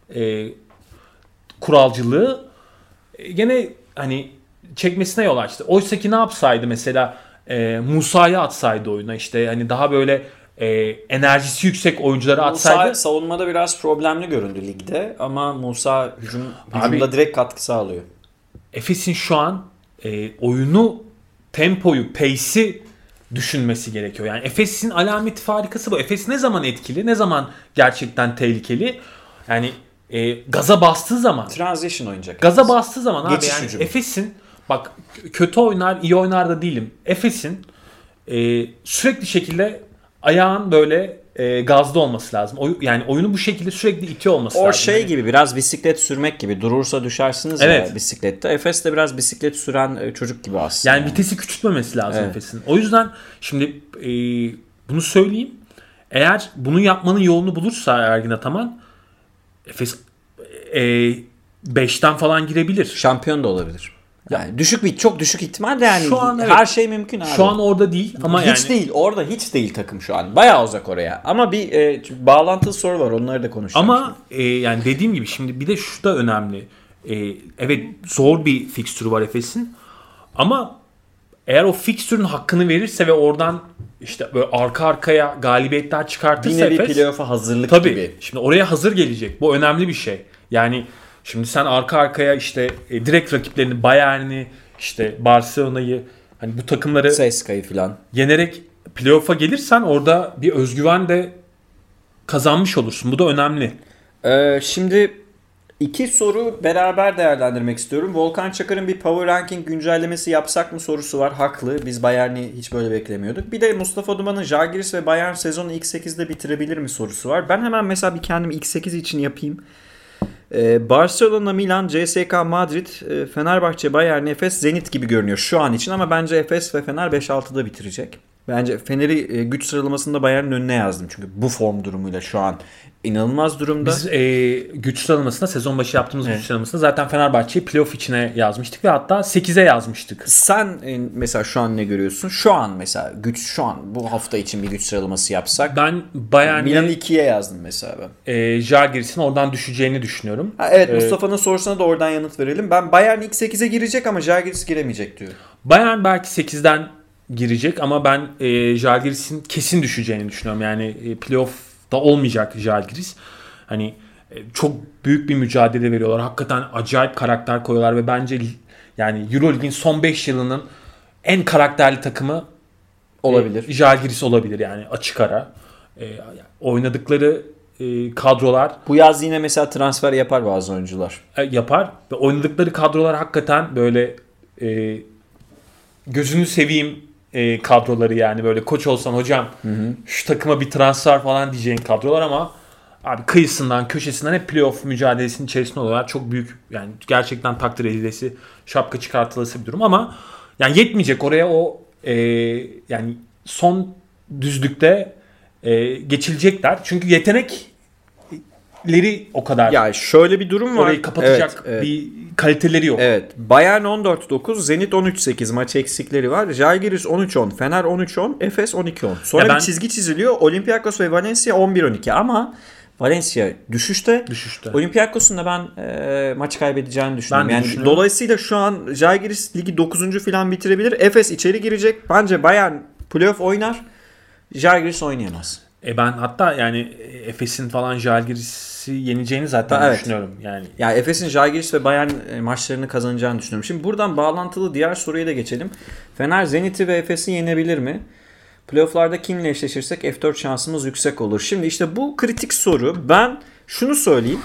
Kuralcılığı gene hani çekmesine yol açtı. Oysa ki ne yapsaydı mesela Musa'yı atsaydı oyuna işte hani daha böyle enerjisi yüksek oyuncuları atsaydı. Musa savunmada biraz problemli göründü ligde ama Musa hücumda direkt katkı sağlıyor. Efes'in şu an oyunu, tempoyu, pace'i düşünmesi gerekiyor. Yani Efes'in alameti farikası bu. Efes ne zaman etkili, ne zaman gerçekten tehlikeli? Yani gaza bastığı zaman. Transition oynayacak. Gaza bastığı zaman geçiş abi yani hücumu. Efes'in bak kötü oynar, iyi oynar da değilim. Efes'in sürekli şekilde ayağın böyle gazda olması lazım. Yani oyunu bu şekilde sürekli itiyor olması lazım. O şey yani. gibi biraz bisiklet sürmek gibi. Durursa düşersiniz evet. ya bisiklette. Efes de biraz bisiklet süren çocuk gibi aslında. Yani vitesi küçültmemesi lazım evet. Efes'in. O yüzden şimdi bunu söyleyeyim. Eğer bunu yapmanın yolunu bulursa Ergin Ataman Efes 5'ten falan girebilir. Şampiyon da olabilir. Yani çok düşük ihtimal de yani şu an, her şey mümkün abi. Şu an orada değil ama hiç yani değil. Orada hiç değil takım şu an. Bayağı uzak oraya. Ama bir bağlantılı soru var. Onları da konuşacağım. Ama yani dediğim gibi şimdi bir de şu da önemli. Evet zor bir fikstürü var Efes'in. Ama eğer o fikstürün hakkını verirse ve oradan işte böyle arka arkaya galibiyetler çıkartırsa yine bir Efes, playoff'a hazırlık tabii, gibi. Şimdi oraya hazır gelecek. Bu önemli bir şey. Yani şimdi sen arka arkaya işte direkt rakiplerini Bayern'i işte Barcelona'yı hani bu takımları CSKA'yı falan yenerek playoff'a gelirsen orada bir özgüven de kazanmış olursun. Bu da önemli. Şimdi iki soru beraber değerlendirmek istiyorum. Volkan Çakır'ın bir power ranking güncellemesi yapsak mı sorusu var. Haklı. Biz Bayern'i hiç böyle beklemiyorduk. Bir de Mustafa Duman'ın Žalgiris ve Bayern sezonu ilk 8'de bitirebilir mi sorusu var. Ben hemen mesela bir kendim ilk 8 için yapayım. Barcelona, Milan, CSKA, Madrid, Fenerbahçe, Bayern, Efes, Zenit gibi görünüyor şu an için ama bence Efes ve Fener 5-6'da bitirecek. Bence Fener'i güç sıralamasında Bayern'in önüne yazdım çünkü bu form durumuyla şu an inanılmaz durumda. Biz güç sıralamasında sezon başı yaptığımız güç sıralamasında zaten Fenerbahçe'yi playoff içine yazmıştık ve hatta 8'e yazmıştık. Sen mesela şu an ne görüyorsun? Şu an mesela şu an bu hafta için bir güç sıralaması yapsak. Ben Bayern'i Milan'ı 2'ye yazdım mesela ben. Žalgiris'in oradan düşeceğini düşünüyorum. Evet Mustafa'nın sorusuna da oradan yanıt verelim. Ben Bayern ilk 8'e girecek ama Žalgiris giremeyecek diyorum. Bayern belki 8'den girecek ama ben Žalgiris'in kesin düşeceğini düşünüyorum. Yani playoff'ta olmayacak Žalgiris. Hani çok büyük bir mücadele veriyorlar. Hakikaten acayip karakter koyuyorlar ve bence yani EuroLeague'in son 5 yılının en karakterli takımı olabilir. Žalgiris olabilir yani açık ara. Oynadıkları kadrolar. Bu yaz yine mesela transfer yapar bazı oyuncular. Yapar ve oynadıkları kadrolar hakikaten böyle gözünü seveyim kadroları yani böyle koç olsan hocam şu takıma bir transfer falan diyeceğin kadrolar ama abi kıyısından köşesinden hep playoff mücadelesinin içerisinde oluyorlar. Çok büyük yani gerçekten takdir edilesi şapka çıkartılası bir durum ama yani yetmeyecek oraya o yani son düzlükte geçilecekler. Çünkü yetenek rakipleri o kadar Ya şöyle bir durum var. orayı kapatacak bir kaliteleri yok. Evet. Bayern 14-9, Zenit 13-8 maç eksikleri var. Žalgiris 13-10, Fener 13-10, Efes 12-10. Sonra bir çizgi çiziliyor. Olympiakos ve Valencia 11-12 ama Valencia düşüşte. Olympiakos'un da ben maçı kaybedeceğini düşünüyorum. Yani dolayısıyla şu an Žalgiris ligi 9. falan bitirebilir. Efes içeri girecek. Bence Bayern playoff oynar. Žalgiris oynayamaz. Ben hatta yani Efes'in falan Žalgiris'i yeneceğini zaten düşünüyorum. Yani Efes'in Žalgiris ve Bayern maçlarını kazanacağını düşünüyorum. Şimdi buradan bağlantılı diğer soruya da geçelim. Fener Zenit'i ve Efes'i yenebilir mi? Playoff'larda kimle eşleşirsek F4 şansımız yüksek olur. Şimdi işte bu kritik soru. Ben şunu söyleyeyim.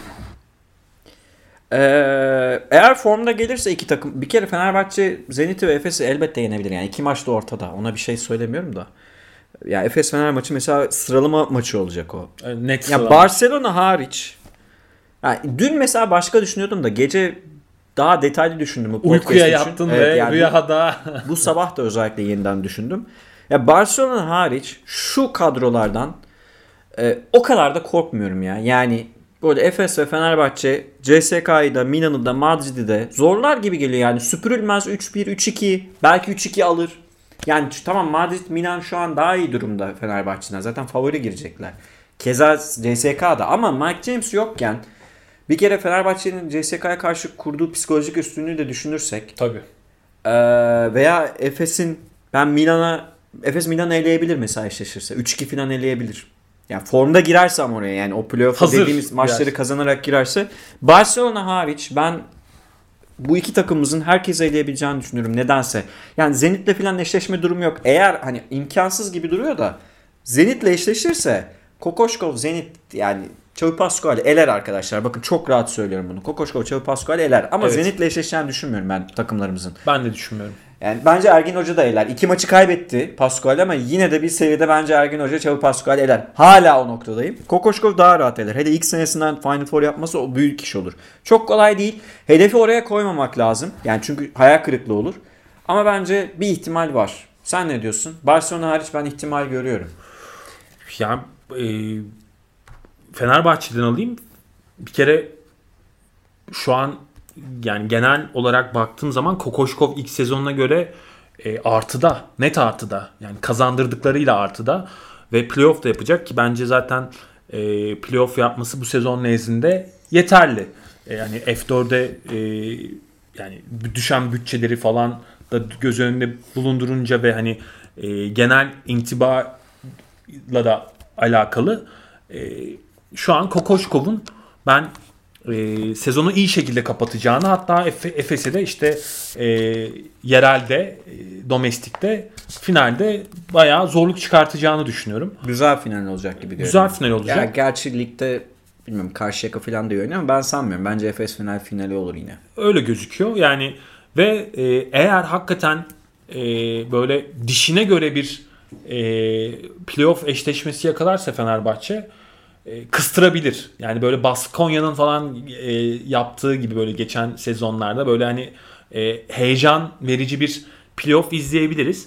Eğer formda gelirse iki takım, bir kere Fenerbahçe Zenit'i ve Efes'i elbette yenebilir. Yani iki maç da ortada. Ona bir şey söylemiyorum da. Ya Efes Fener maçı mesela sıralama maçı olacak o. Net sıralama. Ya Barcelona hariç. Yani dün mesela başka düşünüyordum da gece daha detaylı düşündüm. Uykuya yattın ve rüyada. Bu sabah da özellikle yeniden düşündüm. Ya Barcelona hariç şu kadrolardan o kadar da korkmuyorum ya. Yani böyle Efes ve Fenerbahçe CSK'yı da Milan'ı da Madrid'i de zorlar gibi geliyor yani. Süpürülmez 3-1, 3-2 belki 3-2 alır. Yani tamam Madrid, Milan şu an daha iyi durumda Fenerbahçe'den. Zaten favori girecekler. Keza CSK'da ama Mike James yokken bir kere Fenerbahçe'nin CSK'ya karşı kurduğu psikolojik üstünlüğü de düşünürsek. Tabii. Veya Efes Milan'ı eleyebilir mesela eşleşirse. 3-2 falan eleyebilir. Yani formda girerse ama oraya yani o playoff'a dediğimiz maçları kazanarak girerse. Barcelona hariç ben bu iki takımımızın herkese eleyebileceğini düşünüyorum nedense. Yani Zenit'le falan eşleşme durumu yok. Eğer hani imkansız gibi duruyor da Zenit'le eşleşirse Kokoşkov, Zenit yani Xavi Pascual eler arkadaşlar. Bakın çok rahat söylüyorum bunu. Kokoşkov, Xavi Pascual eler. Ama Zenit'le eşleşeceğini düşünmüyorum ben takımlarımızın. Ben de düşünmüyorum. Yani bence Ergin Hoca da eler. 2 maçı kaybetti Pascual ama yine de bir seride bence Ergin Hoca Xavi Pascual eler. Hala o noktadayım. Kokoşkov daha rahat eler. Hele ilk senesinden Final Four yapması o büyük iş olur. Çok kolay değil. Hedefi oraya koymamak lazım. Yani çünkü hayal kırıklığı olur. Ama bence bir ihtimal var. Sen ne diyorsun? Barcelona hariç ben ihtimal görüyorum. Ya Fenerbahçe'den alayım. Bir kere şu an yani genel olarak baktığım zaman Kokoşkov ilk sezonuna göre artıda. Net artıda. Yani kazandırdıklarıyla artıda. Ve playoff da yapacak ki bence zaten playoff yapması bu sezon nezdinde yeterli. Yani F4'e yani düşen bütçeleri falan da göz önünde bulundurunca ve hani genel intibayla da alakalı şu an Kokoşkov'un ben sezonu iyi şekilde kapatacağını, hatta Efes'e de işte yerelde, domestikte, finalde bayağı zorluk çıkartacağını düşünüyorum. Güzel final olacak gibi görünüyor. Güzel final olacak. Ya gerçi ligde bilmiyorum Karşıyaka falan da oynuyor ama ben sanmıyorum. Bence Efes finali olur yine. Öyle gözüküyor. Yani ve eğer hakikaten böyle dişine göre bir playoff eşleşmesi yakalarsa Fenerbahçe kıstırabilir. Yani böyle Baskonya'nın falan yaptığı gibi böyle geçen sezonlarda böyle hani heyecan verici bir playoff izleyebiliriz.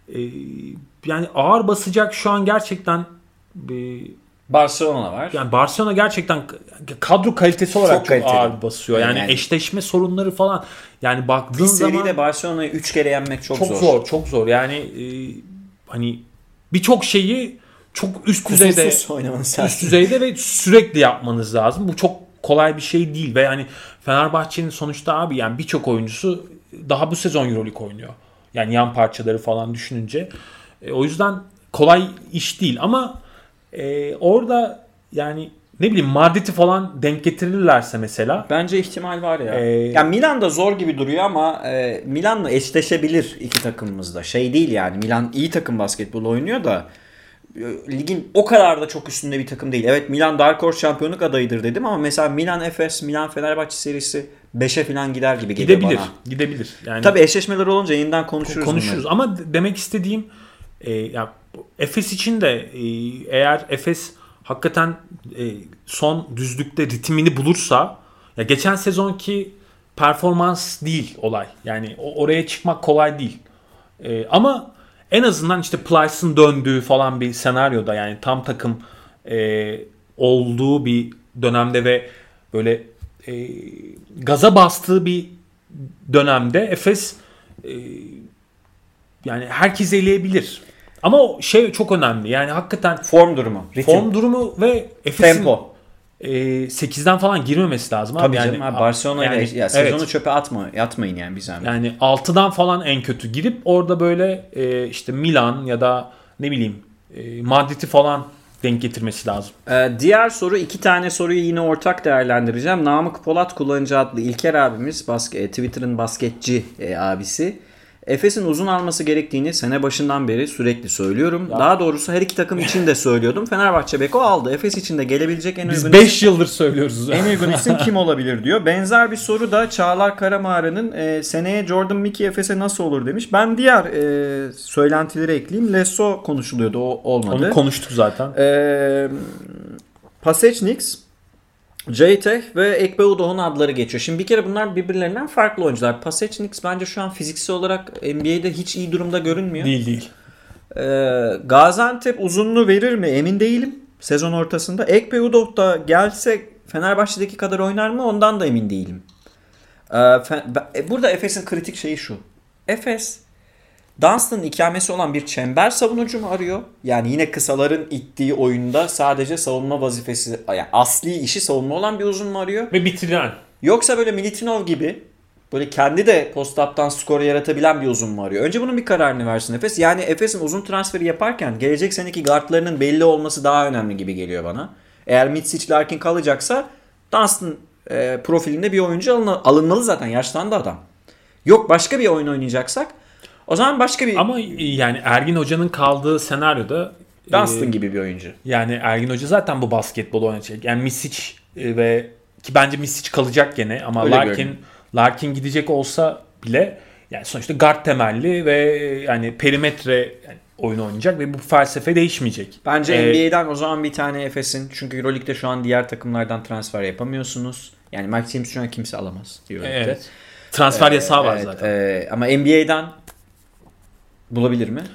Yani ağır basacak şu an gerçekten Barcelona var. Yani Barcelona gerçekten kadro kalitesi olarak çok ağır basıyor. Yani eşleşme sorunları falan. Yani baktığın zaman seride Barcelona'yı 3 kere yenmek çok zor. Çok zor. Yani hani birçok şeyi çok üst düzeyde ve sürekli yapmanız lazım. Bu çok kolay bir şey değil ve hani Fenerbahçe'nin sonuçta abi yani birçok oyuncusu daha bu sezon EuroLeague oynuyor. Yani yan parçaları falan düşününce. O yüzden kolay iş değil ama orada yani ne bileyim Madrid'i falan denk getirirlerse mesela. Bence ihtimal var ya. Yani Milan da zor gibi duruyor ama Milan'la eşleşebilir iki takımımız da. Şey değil yani Milan iyi takım basketbol oynuyor da ligin o kadar da çok üstünde bir takım değil. Evet Milan Dark Horse şampiyonluk adayıdır dedim ama mesela Milan Efes, Milan Fenerbahçe serisi 5'e falan gider gibi geliyor bana. Gidebilir. Yani tabii eşleşmeler olunca yeniden konuşuruz. Ama demek istediğim ya Efes için de eğer Efes hakikaten son düzlükte ritmini bulursa ya geçen sezonki performans değil olay. Yani oraya çıkmak kolay değil. Ama en azından işte Plyce'ın döndüğü falan bir senaryoda yani tam takım olduğu bir dönemde ve böyle gaza bastığı bir dönemde Efes yani herkes eleyebilir. Ama o şey çok önemli. Yani hakikaten Form durumu, ritim. form durumu ve Efes'in Tempo. 8'den falan girmesi lazım. Tabii abi. canım abi, Barcelona ile yani, ya sezonu evet. çöpe atmayın yani bir zahmet. Yani 6'dan falan en kötü girip orada böyle işte Milan ya da ne bileyim Madrid'i falan denk getirmesi lazım. Diğer soru, 2 tane soruyu yine ortak değerlendireceğim. Namık Polat kullanıcı adlı İlker abimiz, Twitter'ın basketçi abisi. Efes'in uzun alması gerektiğini sene başından beri sürekli söylüyorum. Ya. Daha doğrusu her iki takım için de söylüyordum. Fenerbahçe Beko aldı. Efes için de gelebilecek en Biz uygun 5 yıldır söylüyoruz. en uygun isim kim olabilir diyor. Benzer bir soru da Çağlar Karamağrı'nın seneye Jordan Mickey Efes'e nasıl olur demiş. Ben diğer söylentileri ekleyeyim. Lesso konuşuluyordu, o olmadı. Onu konuştuk zaten. Pasechniks, Jaytech ve Ekpe Udoh'un adları geçiyor. Şimdi bir kere bunlar birbirlerinden farklı oyuncular. Pasechniks bence şu an fiziksel olarak NBA'de hiç iyi durumda görünmüyor. Değil. Gaziantep uzunluğu verir mi emin değilim sezon ortasında. Ekpe Udoh da gelse Fenerbahçe'deki kadar oynar mı ondan da emin değilim. Burada Efes'in kritik şeyi şu. Efes Dunstan'ın ikamesi olan bir çember savunucu mu arıyor? Yani yine kısaların ittiği oyunda sadece savunma vazifesi, yani asli işi savunma olan bir uzun mu arıyor? Ve bitiren. Yoksa böyle Militinov gibi böyle kendi de post-up'tan skoru yaratabilen bir uzun mu arıyor? Önce bunun bir kararını versin Efes. Yani Efes'in uzun transferi yaparken gelecek seneki guardlarının belli olması daha önemli gibi geliyor bana. Eğer Mitsic, Larkin kalacaksa Dunstan profilinde bir oyuncu alınmalı zaten. Yaşlandı adam. Yok başka bir oyun oynayacaksak o zaman başka bir... Ama yani Ergin Hoca'nın kaldığı senaryoda Dunstan gibi bir oyuncu. yani Ergin Hoca zaten bu basketbolu oynayacak. Yani Misic ve ki bence Misic kalacak gene ama Öyle Larkin gidecek olsa bile yani sonuçta guard temelli ve yani perimetre yani oyunu oynayacak ve bu felsefe değişmeyecek. Bence NBA'den o zaman bir tane Efes'in, çünkü EuroLeague'de şu an diğer takımlardan transfer yapamıyorsunuz. Yani Mike James şu an kimse alamaz EuroLeague'de. Evet. Transfer yasağı var zaten. Ama NBA'den bulabilir mi?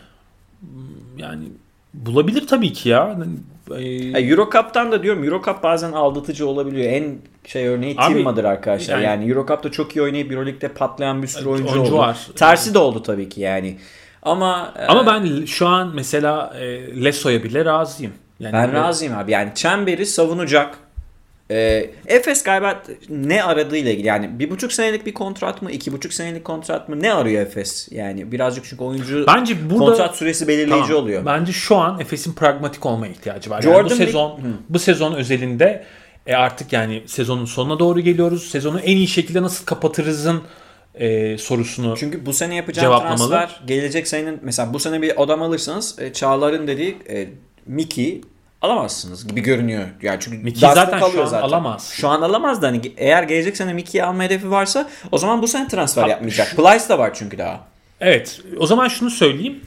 Yani bulabilir tabii ki ya. EuroCup'tan da diyorum. EuroCup bazen aldatıcı olabiliyor. En örneği Timma'dır arkadaşlar. Yani EuroCup'ta çok iyi oynayıp EuroLeague'de patlayan bir sürü oyuncu oldu. Var. Tersi de oldu tabii ki yani. Ama ben şu an mesela Lesso'ya bile razıyım. Yani ben razıyım abi. Yani çemberi savunacak. Efes galiba ne aradığıyla ilgili, yani 1,5 senelik bir kontrat mı, 2,5 senelik kontrat mı, ne arıyor Efes? Yani birazcık çünkü oyuncu bence burada, kontrat süresi belirleyici oluyor. Bence şu an Efes'in pragmatik olmaya ihtiyacı var. Jordan Yani bu sezon özelinde artık yani sezonun sonuna doğru geliyoruz. Sezonu en iyi şekilde nasıl kapatırızın sorusunu çünkü bu sene yapacağım transfer gelecek senenin, mesela bu sene bir adam alırsanız Çağlar'ın dediği Mickey alamazsınız gibi görünüyor. Yani çünkü Mickey zaten şu an alamaz. Şu an alamaz da hani eğer gelecek sene Mickey'yi alma hedefi varsa o zaman bu sene transfer yapmayacak. Plyce da var çünkü daha. Evet. O zaman şunu söyleyeyim.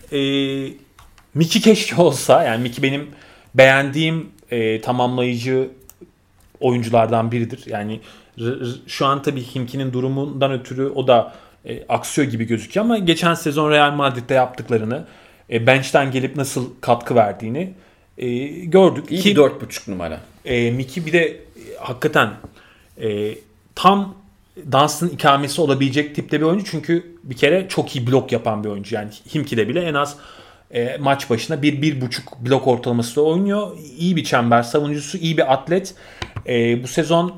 Mickey keşke olsa. Yani Mickey benim beğendiğim tamamlayıcı oyunculardan biridir. Yani şu an tabii Himki'nin durumundan ötürü o da aksıyor gibi gözüküyor ama geçen sezon Real Madrid'de yaptıklarını, bench'ten gelip nasıl katkı verdiğini gördük. İyi bir 4,5 numara. Mickey bir de hakikaten tam Dunstan'ın ikamesi olabilecek tipte bir oyuncu. Çünkü bir kere çok iyi blok yapan bir oyuncu. Yani Himki'de bile en az maç başına 1-1,5 blok ortalaması oynuyor. İyi bir çember savunucusu, iyi bir atlet. Bu sezon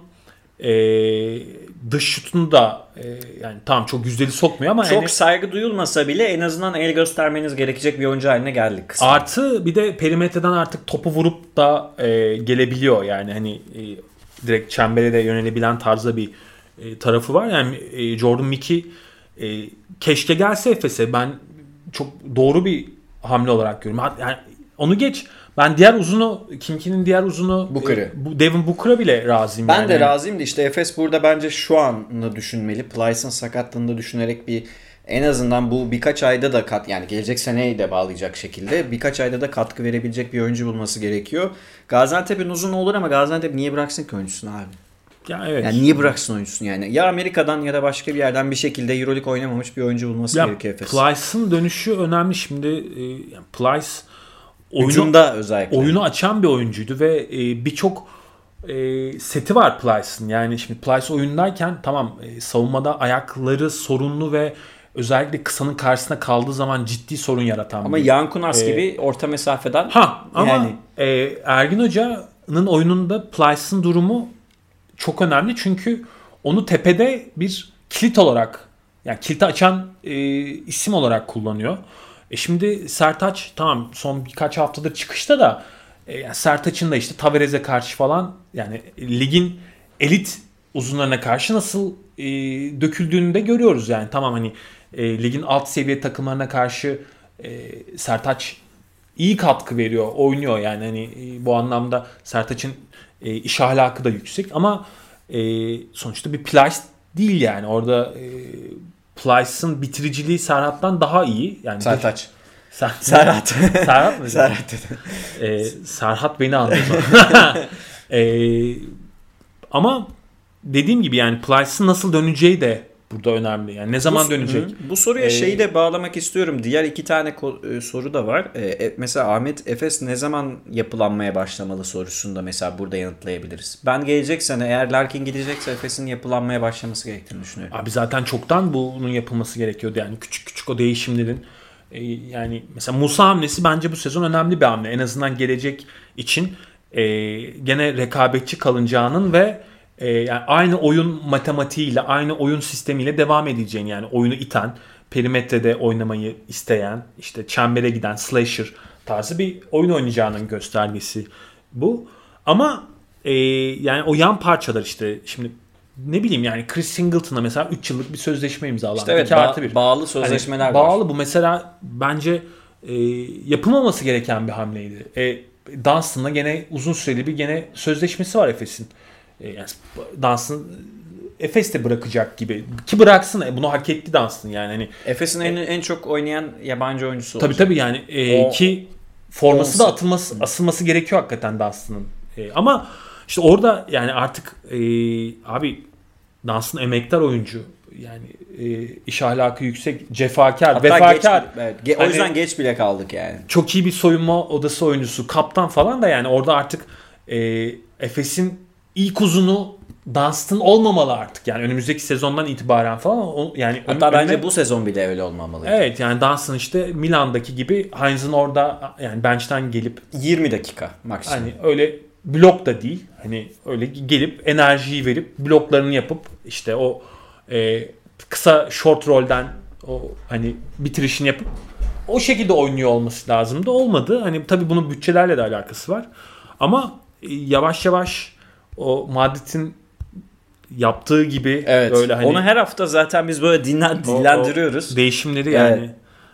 dış şutunu da yani tamam çok yüzdeli sokmuyor ama çok saygı duyulmasa bile en azından el göstermeniz gerekecek bir oyuncu haline geldik kısmen. Artı bir de perimetreden artık topu vurup da gelebiliyor. Yani hani direkt çembere de yönelebilen tarzda bir tarafı var. Yani Jordan Mickey keşke gelse Efes'e. Ben çok doğru bir hamle olarak görüyorum. Yani onu geç. Ben diğer uzunu, Kimki'nin diğer uzunu Devin Booker'a bile razıyım. Ben de razıyım da işte Efes burada bence şu anı düşünmeli. Plyce'ın sakatlığını da düşünerek bir en azından bu birkaç ayda da yani gelecek seneyi de bağlayacak şekilde birkaç ayda da katkı verebilecek bir oyuncu bulması gerekiyor. Gaziantep'in uzun olur ama Gaziantep niye bıraksın ki oyuncusunu abi? Ya evet. Yani niye bıraksın oyuncusunu yani? Ya Amerika'dan ya da başka bir yerden bir şekilde EuroLeague oynamamış bir oyuncu bulması gerekiyor Efes. Plyce'ın dönüşü önemli şimdi. Plyce hücumda özellikle oyunu açan bir oyuncuydu ve birçok seti var Plyce'ın. Yani şimdi Plyce oyundayken tamam savunmada ayakları sorunlu ve özellikle kısanın karşısına kaldığı zaman ciddi sorun yaratan Ama bir. Yankunas gibi orta mesafeden Ama yani Ergin Hoca'nın oyununda Plyce'ın durumu çok önemli. Çünkü onu tepede bir kilit olarak, yani kilidi açan isim olarak kullanıyor. Şimdi Sertaç tamam son birkaç haftadır çıkışta da yani Sertaç'ın da işte Tavares'e karşı falan, yani ligin elit uzunlarına karşı nasıl döküldüğünü de görüyoruz yani. Tamam hani ligin alt seviye takımlarına karşı Sertaç iyi katkı veriyor, oynuyor yani hani bu anlamda Sertaç'ın iş ahlakı da yüksek ama sonuçta bir Plyce değil yani. Orada Plyce'ın bitiriciliği Serhat'tan daha iyi. Yani Sertaç. Serhat. Serhat mı? Serhat. Serhat beni anladı. Ama dediğim gibi yani Plyce'ın nasıl döneceği de burada önemli. Yani ne zaman dönecek? Bu soruya şeyi de bağlamak istiyorum. Diğer iki tane soru da var. Mesela Ahmet, Efes ne zaman yapılanmaya başlamalı sorusunu da mesela burada yanıtlayabiliriz. Ben gelecek sene eğer Larkin gidecekse Efes'in yapılanmaya başlaması gerektiğini düşünüyorum. Abi zaten çoktan bunun yapılması gerekiyordu. Yani küçük küçük o değişimlerin. Yani mesela Musa hamlesi bence bu sezon önemli bir hamle. En azından gelecek için gene rekabetçi kalınacağının ve yani aynı oyun matematiğiyle, aynı oyun sistemiyle devam edeceğin, yani oyunu iten, perimetrede oynamayı isteyen, işte çembere giden slasher tarzı bir oyun oynayacağının göstergesi bu. Ama yani o yan parçalar işte şimdi ne bileyim yani Chris Singleton'a mesela 3 yıllık bir sözleşme imzalandı. İşte evet, 2+1. bağlı sözleşmeler hani var. Bağlı bu mesela bence yapılmaması gereken bir hamleydi. Dunstan'la gene uzun süreli bir gene sözleşmesi var Efes'in. Yani Dunstan Efes de bırakacak gibi. Ki bıraksın. Bunu hak etti Dunstan yani. Hani Efes'in en çok oynayan yabancı oyuncusu tabii olacak. tabii yani ki forması da asılması gerekiyor hakikaten Dunstan'ın. Ama işte orada yani artık abi Dunstan emektar oyuncu. Yani iş ahlakı yüksek, cefakar, Hatta vefakar. O yüzden geç bile kaldık yani. Çok iyi bir soyunma odası oyuncusu, kaptan falan da yani orada artık Efes'in ilk uzunu Dunstan olmamalı artık. Yani önümüzdeki sezondan itibaren falan yani hatta bence bu sezon bile öyle olmamalı. Evet yani Dunstan işte Milan'daki gibi Heinz'in orada yani bench'ten gelip 20 dakika maksimum. hani öyle blok da değil. Hani öyle gelip enerjiyi verip bloklarını yapıp işte o kısa short roll'den o hani bitirişini yapıp o şekilde oynuyor olması lazımdı. Olmadı. Hani tabii bunun bütçelerle de alakası var. Ama yavaş yavaş o Madrid'in yaptığı gibi evet, böyle hani onu her hafta zaten biz böyle dillendiriyoruz. O değişimleri yani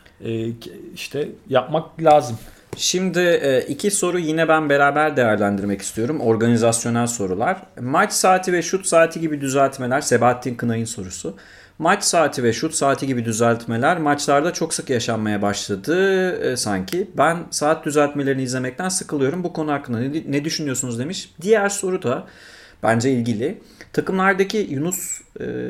işte yapmak lazım. Şimdi iki soru yine ben beraber değerlendirmek istiyorum. Organizasyonel sorular. Maç saati ve şut saati gibi düzeltmeler. Sebahattin Kınay'ın sorusu. Maç saati ve şut saati gibi düzeltmeler maçlarda çok sık yaşanmaya başladı sanki. Ben saat düzeltmelerini izlemekten sıkılıyorum. Bu konu hakkında ne düşünüyorsunuz demiş. Diğer soru da bence ilgili. Takımlardaki Yunus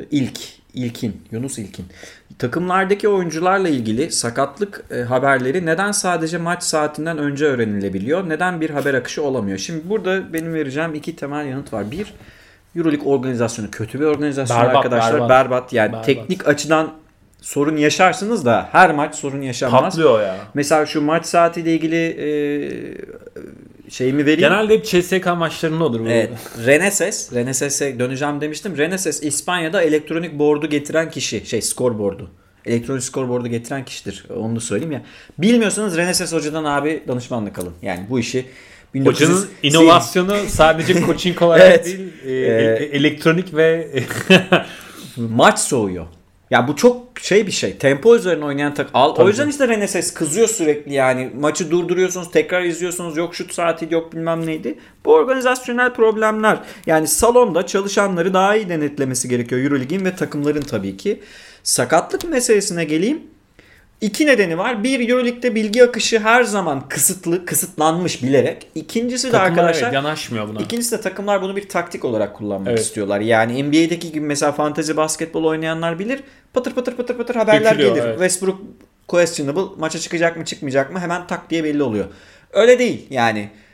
İlkin. Takımlardaki oyuncularla ilgili sakatlık haberleri neden sadece maç saatinden önce öğrenilebiliyor? Neden bir haber akışı olamıyor? Şimdi burada benim vereceğim iki temel yanıt var. Bir, EuroLeague organizasyonu kötü bir organizasyon arkadaşlar. Berbat. Yani teknik açıdan sorun yaşarsınız da her maç sorun yaşanmaz. Patlıyor ya. Mesela şu maç saatiyle ilgili şeyimi vereyim. Genelde hep CSK maçlarında olur bu. Evet. Reneses'e döneceğim demiştim. Reneses İspanya'da elektronik board'u getiren kişi. Scoreboard'u. Elektronik scoreboard'u getiren kişidir. Onu da söyleyeyim ya. Bilmiyorsanız Reneses Hoca'dan abi danışmanlık alın. Yani bu işi Hocanın inovasyonu sadece coaching olarak evet. değil, elektronik ve maç soğuyor. Ya bu çok bir şey. Tempo üzerine oynayan takım. O yüzden işte Reneses kızıyor sürekli yani. Maçı durduruyorsunuz, tekrar izliyorsunuz. Yok şut saati, yok bilmem neydi. Bu organizasyonel problemler. Yani salonda çalışanları daha iyi denetlemesi gerekiyor EuroLeague'in ve takımların tabii ki. Sakatlık meselesine geleyim. İki nedeni var. Bir, EuroLeague'de bilgi akışı her zaman kısıtlanmış bilerek. İkincisi de takımlar arkadaşlar yanaşmıyor buna. İkincisi de takımlar bunu bir taktik olarak kullanmak istiyorlar. Yani NBA'deki gibi mesela fantezi basketbol oynayanlar bilir. Patır patır haberler Dökülüyor, gelir. evet. Westbrook questionable, maça çıkacak mı çıkmayacak mı hemen tak diye belli oluyor. Öyle değil yani.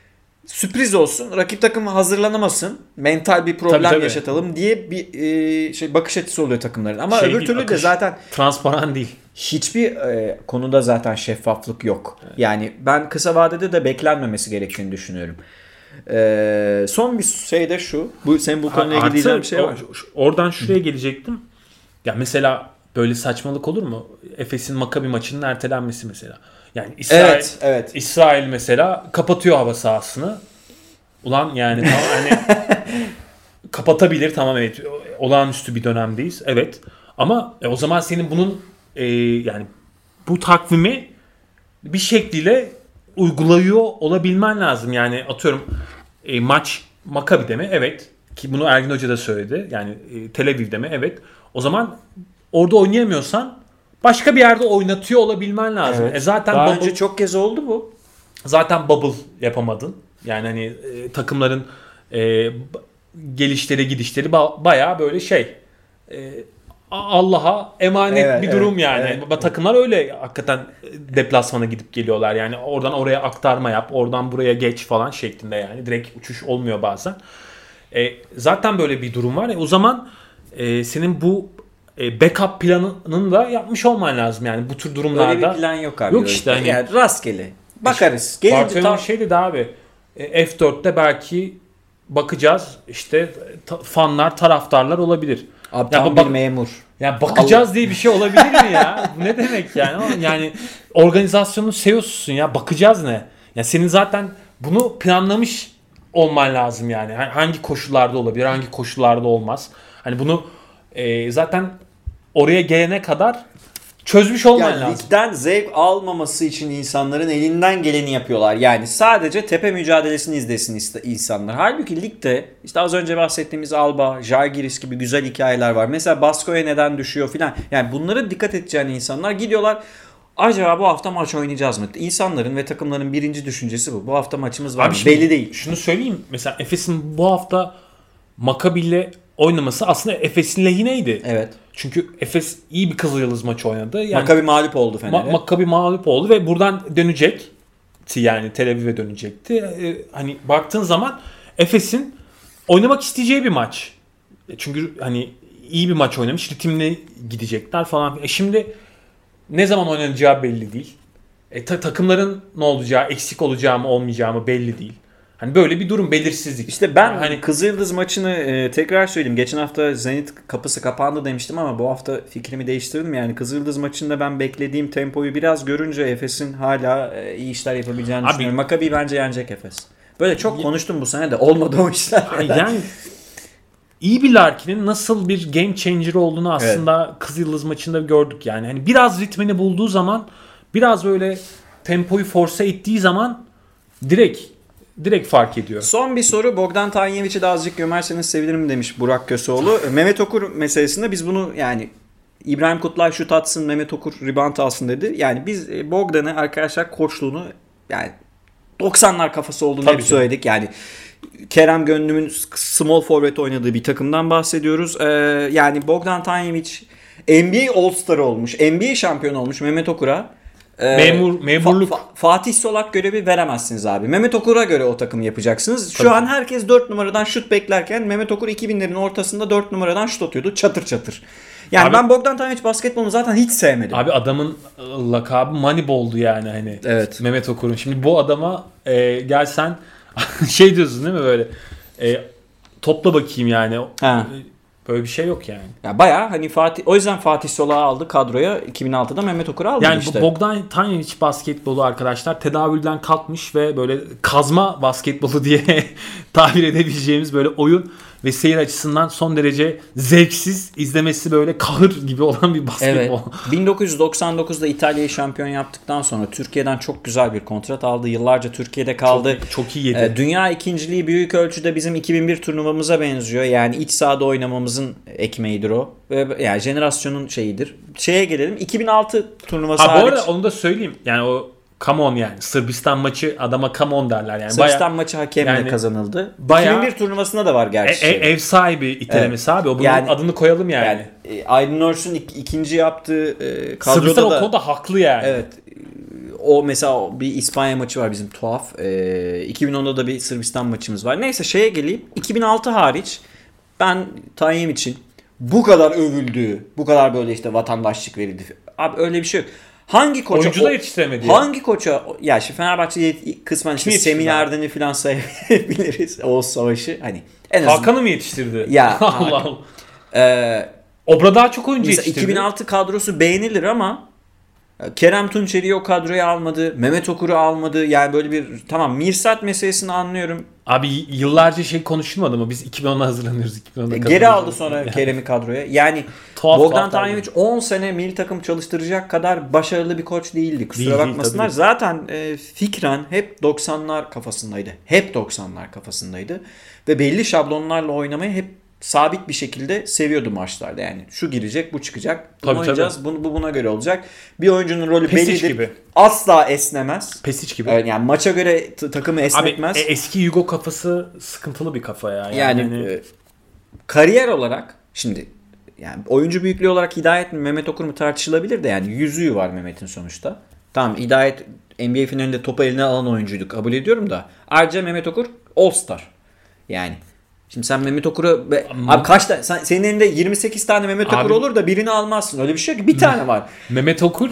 sürpriz olsun, rakip takım hazırlanamasın, mental bir problem Tabii. yaşatalım diye bir bakış açısı oluyor takımların. Ama Şey öbür değil, türlü de akış zaten transparan değil. hiçbir konuda zaten şeffaflık yok. Evet. Yani ben kısa vadede de beklenmemesi gerektiğini düşünüyorum. Son bir şey de şu. Senin bu konuyla ilgili diyeceğin bir şey var. Oradan şuraya gelecektim. Ya mesela böyle saçmalık olur mu? Efes'in Maccabi maçının ertelenmesi mesela. Yani Evet. İsrail mesela kapatıyor hava sahasını. Ulan yani tamam hani kapatabilir, tamam, evet, olağanüstü bir dönemdeyiz, evet, ama o zaman senin bunun yani bu takvimi bir şekliyle uyguluyor olabilmen lazım. Yani atıyorum maç Maccabi'de mi? Evet, ki bunu Ergin Hoca da söyledi. Yani Tel Aviv'de mi? Evet. O zaman orada oynayamıyorsan başka bir yerde oynatıyor olabilmen lazım. Evet. Zaten daha bubble, önce çok kez oldu bu. zaten bubble yapamadın. Yani hani takımların gelişleri gidişleri bayağı böyle Allah'a emanet bir durum yani. Evet. Takımlar öyle hakikaten deplasmana gidip geliyorlar. Yani oradan oraya aktarma yap, oradan buraya geç falan şeklinde yani. Direkt uçuş olmuyor bazen. Zaten böyle bir durum var. O zaman senin bu backup planını da yapmış olman lazım yani bu tür durumlarda. Öyle bir plan yok abi. Yok işte hani. Yani rastgele. Bakarız. Barcelona şey dedi abi. F4'te belki bakacağız. İşte fanlar, taraftarlar olabilir. Abi tam bir memur. Ya bakacağız diye bir şey olabilir mi ya? Bu ne demek yani? Yani organizasyonun CEO'susun ya. Bakacağız ne? Ya senin zaten bunu planlamış olman lazım yani. Hangi koşullarda olabilir, hangi koşullarda olmaz. Hani bunu zaten oraya gelene kadar çözmüş olman lazım. Ligden zevk almaması için insanların elinden geleni yapıyorlar. Yani sadece tepe mücadelesini izlesin insanlar. Halbuki ligde işte az önce bahsettiğimiz Alba, Žalgiris gibi güzel hikayeler var. Mesela Baskoya neden düşüyor filan. Yani bunlara dikkat edeceğin insanlar gidiyorlar. Acaba bu hafta maç oynayacağız mı? İnsanların ve takımların birinci düşüncesi bu. Bu hafta maçımız var mı? Belli değil. Şunu söyleyeyim. Mesela Efes'in bu hafta Maccabi'yle oynaması aslında Efes'in lehineydi. Evet. Çünkü Efes iyi bir Kızılyıldız maçı oynadı. Yani Maccabi mağlup oldu Fener'e. Maccabi mağlup oldu ve buradan dönecekti, yani Tel Aviv'e dönecekti. Hani baktığın zaman Efes'in oynamak isteyeceği bir maç. Çünkü hani iyi bir maç oynamış, ritimle gidecekler falan. Şimdi ne zaman oynanacağı belli değil. Takımların ne olacağı, eksik olacağı mı olmayacağı mı belli değil. Hani böyle bir durum, belirsizlik. İşte ben hani Kızılyıldız maçını tekrar söyleyeyim. Geçen hafta Zenit kapısı kapandı demiştim ama bu hafta fikrimi değiştirdim. Yani Kızılyıldız maçında ben beklediğim tempoyu biraz görünce Efes'in hala iyi işler yapabileceğini düşünüyorum. Maccabi bence yenecek Efes. Böyle çok konuştum bu sene de olmadı o işler. Yani iyi bir Larkin'in nasıl bir game changer olduğunu aslında evet, Kızılyıldız maçında gördük yani. Hani biraz ritmini bulduğu zaman, biraz böyle tempoyu force ettiği zaman direkt fark ediyor. Son bir soru. Bogdan Tanjevic'i de azıcık gömerseniz sevinirim demiş Burak Köseoğlu. Mehmet Okur meselesinde biz bunu yani İbrahim Kutlay şut atsın, Mehmet Okur rebound alsın dedi. Yani biz Bogdan'ı arkadaşlar koçluğunu yani 90'lar kafası olduğunu hep söyledik. Yani Kerem Gönlüm'ün small forward oynadığı bir takımdan bahsediyoruz. Yani Bogdan Tanjevic NBA All-Star olmuş, NBA şampiyonu olmuş Mehmet Okur'a memurluk. Fatih Solak görevi veremezsiniz abi. Mehmet Okur'a göre o takımı yapacaksınız. Şu an herkes 4 numaradan şut beklerken Mehmet Okur 2000'lerin ortasında 4 numaradan şut atıyordu. Çatır çatır. Yani abi, ben Bogdan Tanjic basketbolunu zaten hiç sevmedim. Abi adamın lakabı Moneyball'du yani hani. Evet. Mehmet Okur'un. Şimdi bu adama gelsen şey diyorsun değil mi böyle? Topla bakayım yani. Ha. Böyle bir şey yok yani. Ya bayağı hani o yüzden Fatih Solak'ı aldı kadroya, 2006'da Mehmet Okur'u aldı yani işte. Yani Bogdan Tanjic basketbolu arkadaşlar tedavülden kalkmış ve böyle kazma basketbolu diye tabir edebileceğimiz böyle oyun ve seyir açısından son derece zevksiz, izlemesi böyle kahır gibi olan bir basketbol. Evet. 1999'da İtalya'yı şampiyon yaptıktan sonra Türkiye'den çok güzel bir kontrat aldı. Yıllarca Türkiye'de kaldı. Çok iyi yedi. Dünya ikinciliği büyük ölçüde bizim 2001 turnuvamıza benziyor. Yani iç sahada oynamamızın ekmeğidir o. Ve yani jenerasyonun şeyidir. Şeye gelelim. 2006 turnuvası hariç. Bu arada onu da söyleyeyim. Yani o come on yani. Sırbistan maçı adama come on derler. Yani Sırbistan maçı hakemle yani, kazanıldı. 2001 turnuvasında da var gerçi. Ev sahibi itelemesi abi. O bunun yani, adını koyalım yani. Aydın Örs'ün ikinci yaptığı kadroda Sırbistan da. o konuda haklı yani. Evet. o mesela bir İspanya maçı var bizim tuhaf. 2010'da da bir Sırbistan maçımız var. Neyse şeye geleyim. 2006 hariç ben Tayyip için bu kadar övüldüğü, bu kadar böyle işte vatandaşlık verildi. Abi öyle bir şey yok. Hangi koça oyuncu da yetiştiremedi. Hangi koça ya şimdi Fenerbahçe kısmen işte Semih Erden'i falan sayabiliriz. Oğuz Savaş'ı hani en azından. Hakan'ı mı yetiştirdi? Ya Allah Allah. Obra daha çok oyuncu yetiştirdi. 2006 kadrosu beğenilir ama Kerem Tunçeri'yi o kadroya almadı. Mehmet Okur'u almadı. Yani böyle bir tamam Mirsat meselesini anlıyorum. Abi yıllarca şey konuşulmadı mı? Biz 2010'a hazırlanıyoruz. 2010'da geri aldı sonra Kerem'i kadroya. Yani Bogdan Tanjuvic 10 sene milli takım çalıştıracak kadar başarılı bir koç değildi. Kusura bakmasınlar. Zaten fikren hep 90'lar kafasındaydı. Hep 90'lar kafasındaydı. Ve belli şablonlarla oynamayı hep sabit bir şekilde seviyordu maçlarda. Yani şu girecek, bu çıkacak. Bunu oynayacağız. Bu buna göre olacak. Bir oyuncunun rolü bellidir. Gibi. Asla esnemez. Pesic gibi. Yani maça göre takımı esnetmez. Abi eski Hugo kafası sıkıntılı bir kafa ya. Yani kariyer olarak şimdi yani oyuncu büyüklüğü olarak Hidayet mi Mehmet Okur mu tartışılabilir de yani yüzüğü var Mehmet'in sonuçta. Tamam Hidayet NBA finalinde topu eline alan oyuncuydu kabul ediyorum da. Ayrıca Mehmet Okur All Star. Yani şimdi sen Mehmet Okur'u abi kaç tane senin elinde 28 tane Mehmet Okur olur da birini almazsın. Öyle bir şey yok ki bir tane var. Mehmet Okur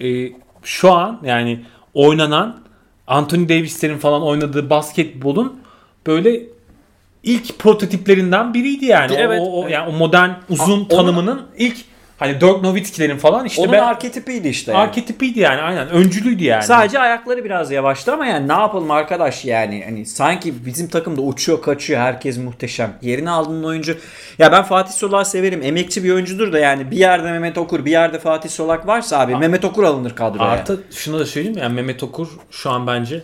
şu an yani oynanan Anthony Davis'lerin falan oynadığı basketbolun böyle ilk prototiplerinden biriydi yani. Evet. Yani o modern uzun tanımının ilk hani Dirk Nowitzki'lerin falan işte onun arketipiydi işte. Yani. Arketipiydi yani aynen. Öncülüydü yani. Sadece ayakları biraz yavaştı ama yani ne yapalım arkadaş yani. Hani sanki bizim takımda uçuyor kaçıyor herkes muhteşem. Yerine aldığın oyuncu. Ya ben Fatih Solak'ı severim. Emekçi bir oyuncudur da yani bir yerde Mehmet Okur bir yerde Fatih Solak varsa abi Mehmet Okur alınır kadroya. Artı şunu da söyleyeyim yani Mehmet Okur şu an bence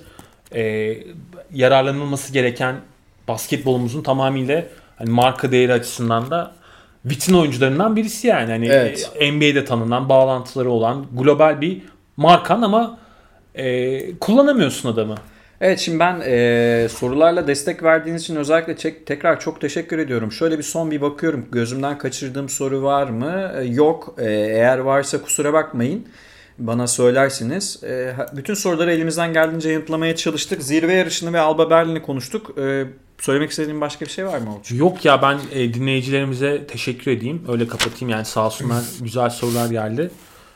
yararlanılması gereken basketbolumuzun tamamıyla hani marka değeri açısından da vitrin oyuncularından birisi yani. Hani evet. NBA'de tanınan, bağlantıları olan global bir markan ama kullanamıyorsun adamı. Evet şimdi ben sorularla destek verdiğiniz için özellikle tekrar çok teşekkür ediyorum. Şöyle bir son bir bakıyorum. Gözümden kaçırdığım soru var mı? Yok. Eğer varsa kusura bakmayın. Bana söylersiniz. Bütün soruları elimizden geldiğince yanıtlamaya çalıştık. Zirve yarışını ve Alba Berlin'i konuştuk. Söylemek istediğin başka bir şey var mı Olcay? Yok ya ben dinleyicilerimize teşekkür edeyim. Öyle kapatayım yani sağ olsunlar güzel sorular geldi.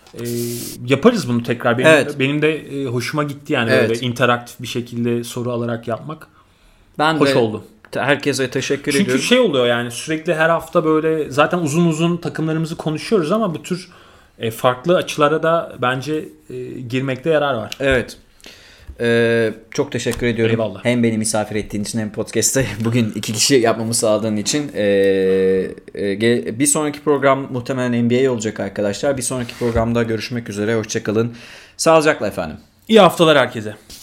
Yaparız bunu tekrar. Benim de hoşuma gitti yani böyle interaktif bir şekilde soru alarak yapmak. Hoş oldu. Herkese teşekkür ediyorum. Çünkü şey oluyor yani sürekli her hafta böyle zaten uzun takımlarımızı konuşuyoruz ama bu tür farklı açılara da bence girmekte yarar var. Evet. Çok teşekkür ediyorum. Eyvallah. Hem beni misafir ettiğin için hem podcast'te bugün 2 kişi yapmamı sağladığın için. Bir sonraki program muhtemelen NBA olacak arkadaşlar. Bir sonraki programda görüşmek üzere. Hoşçakalın. Sağlıcakla efendim. İyi haftalar herkese.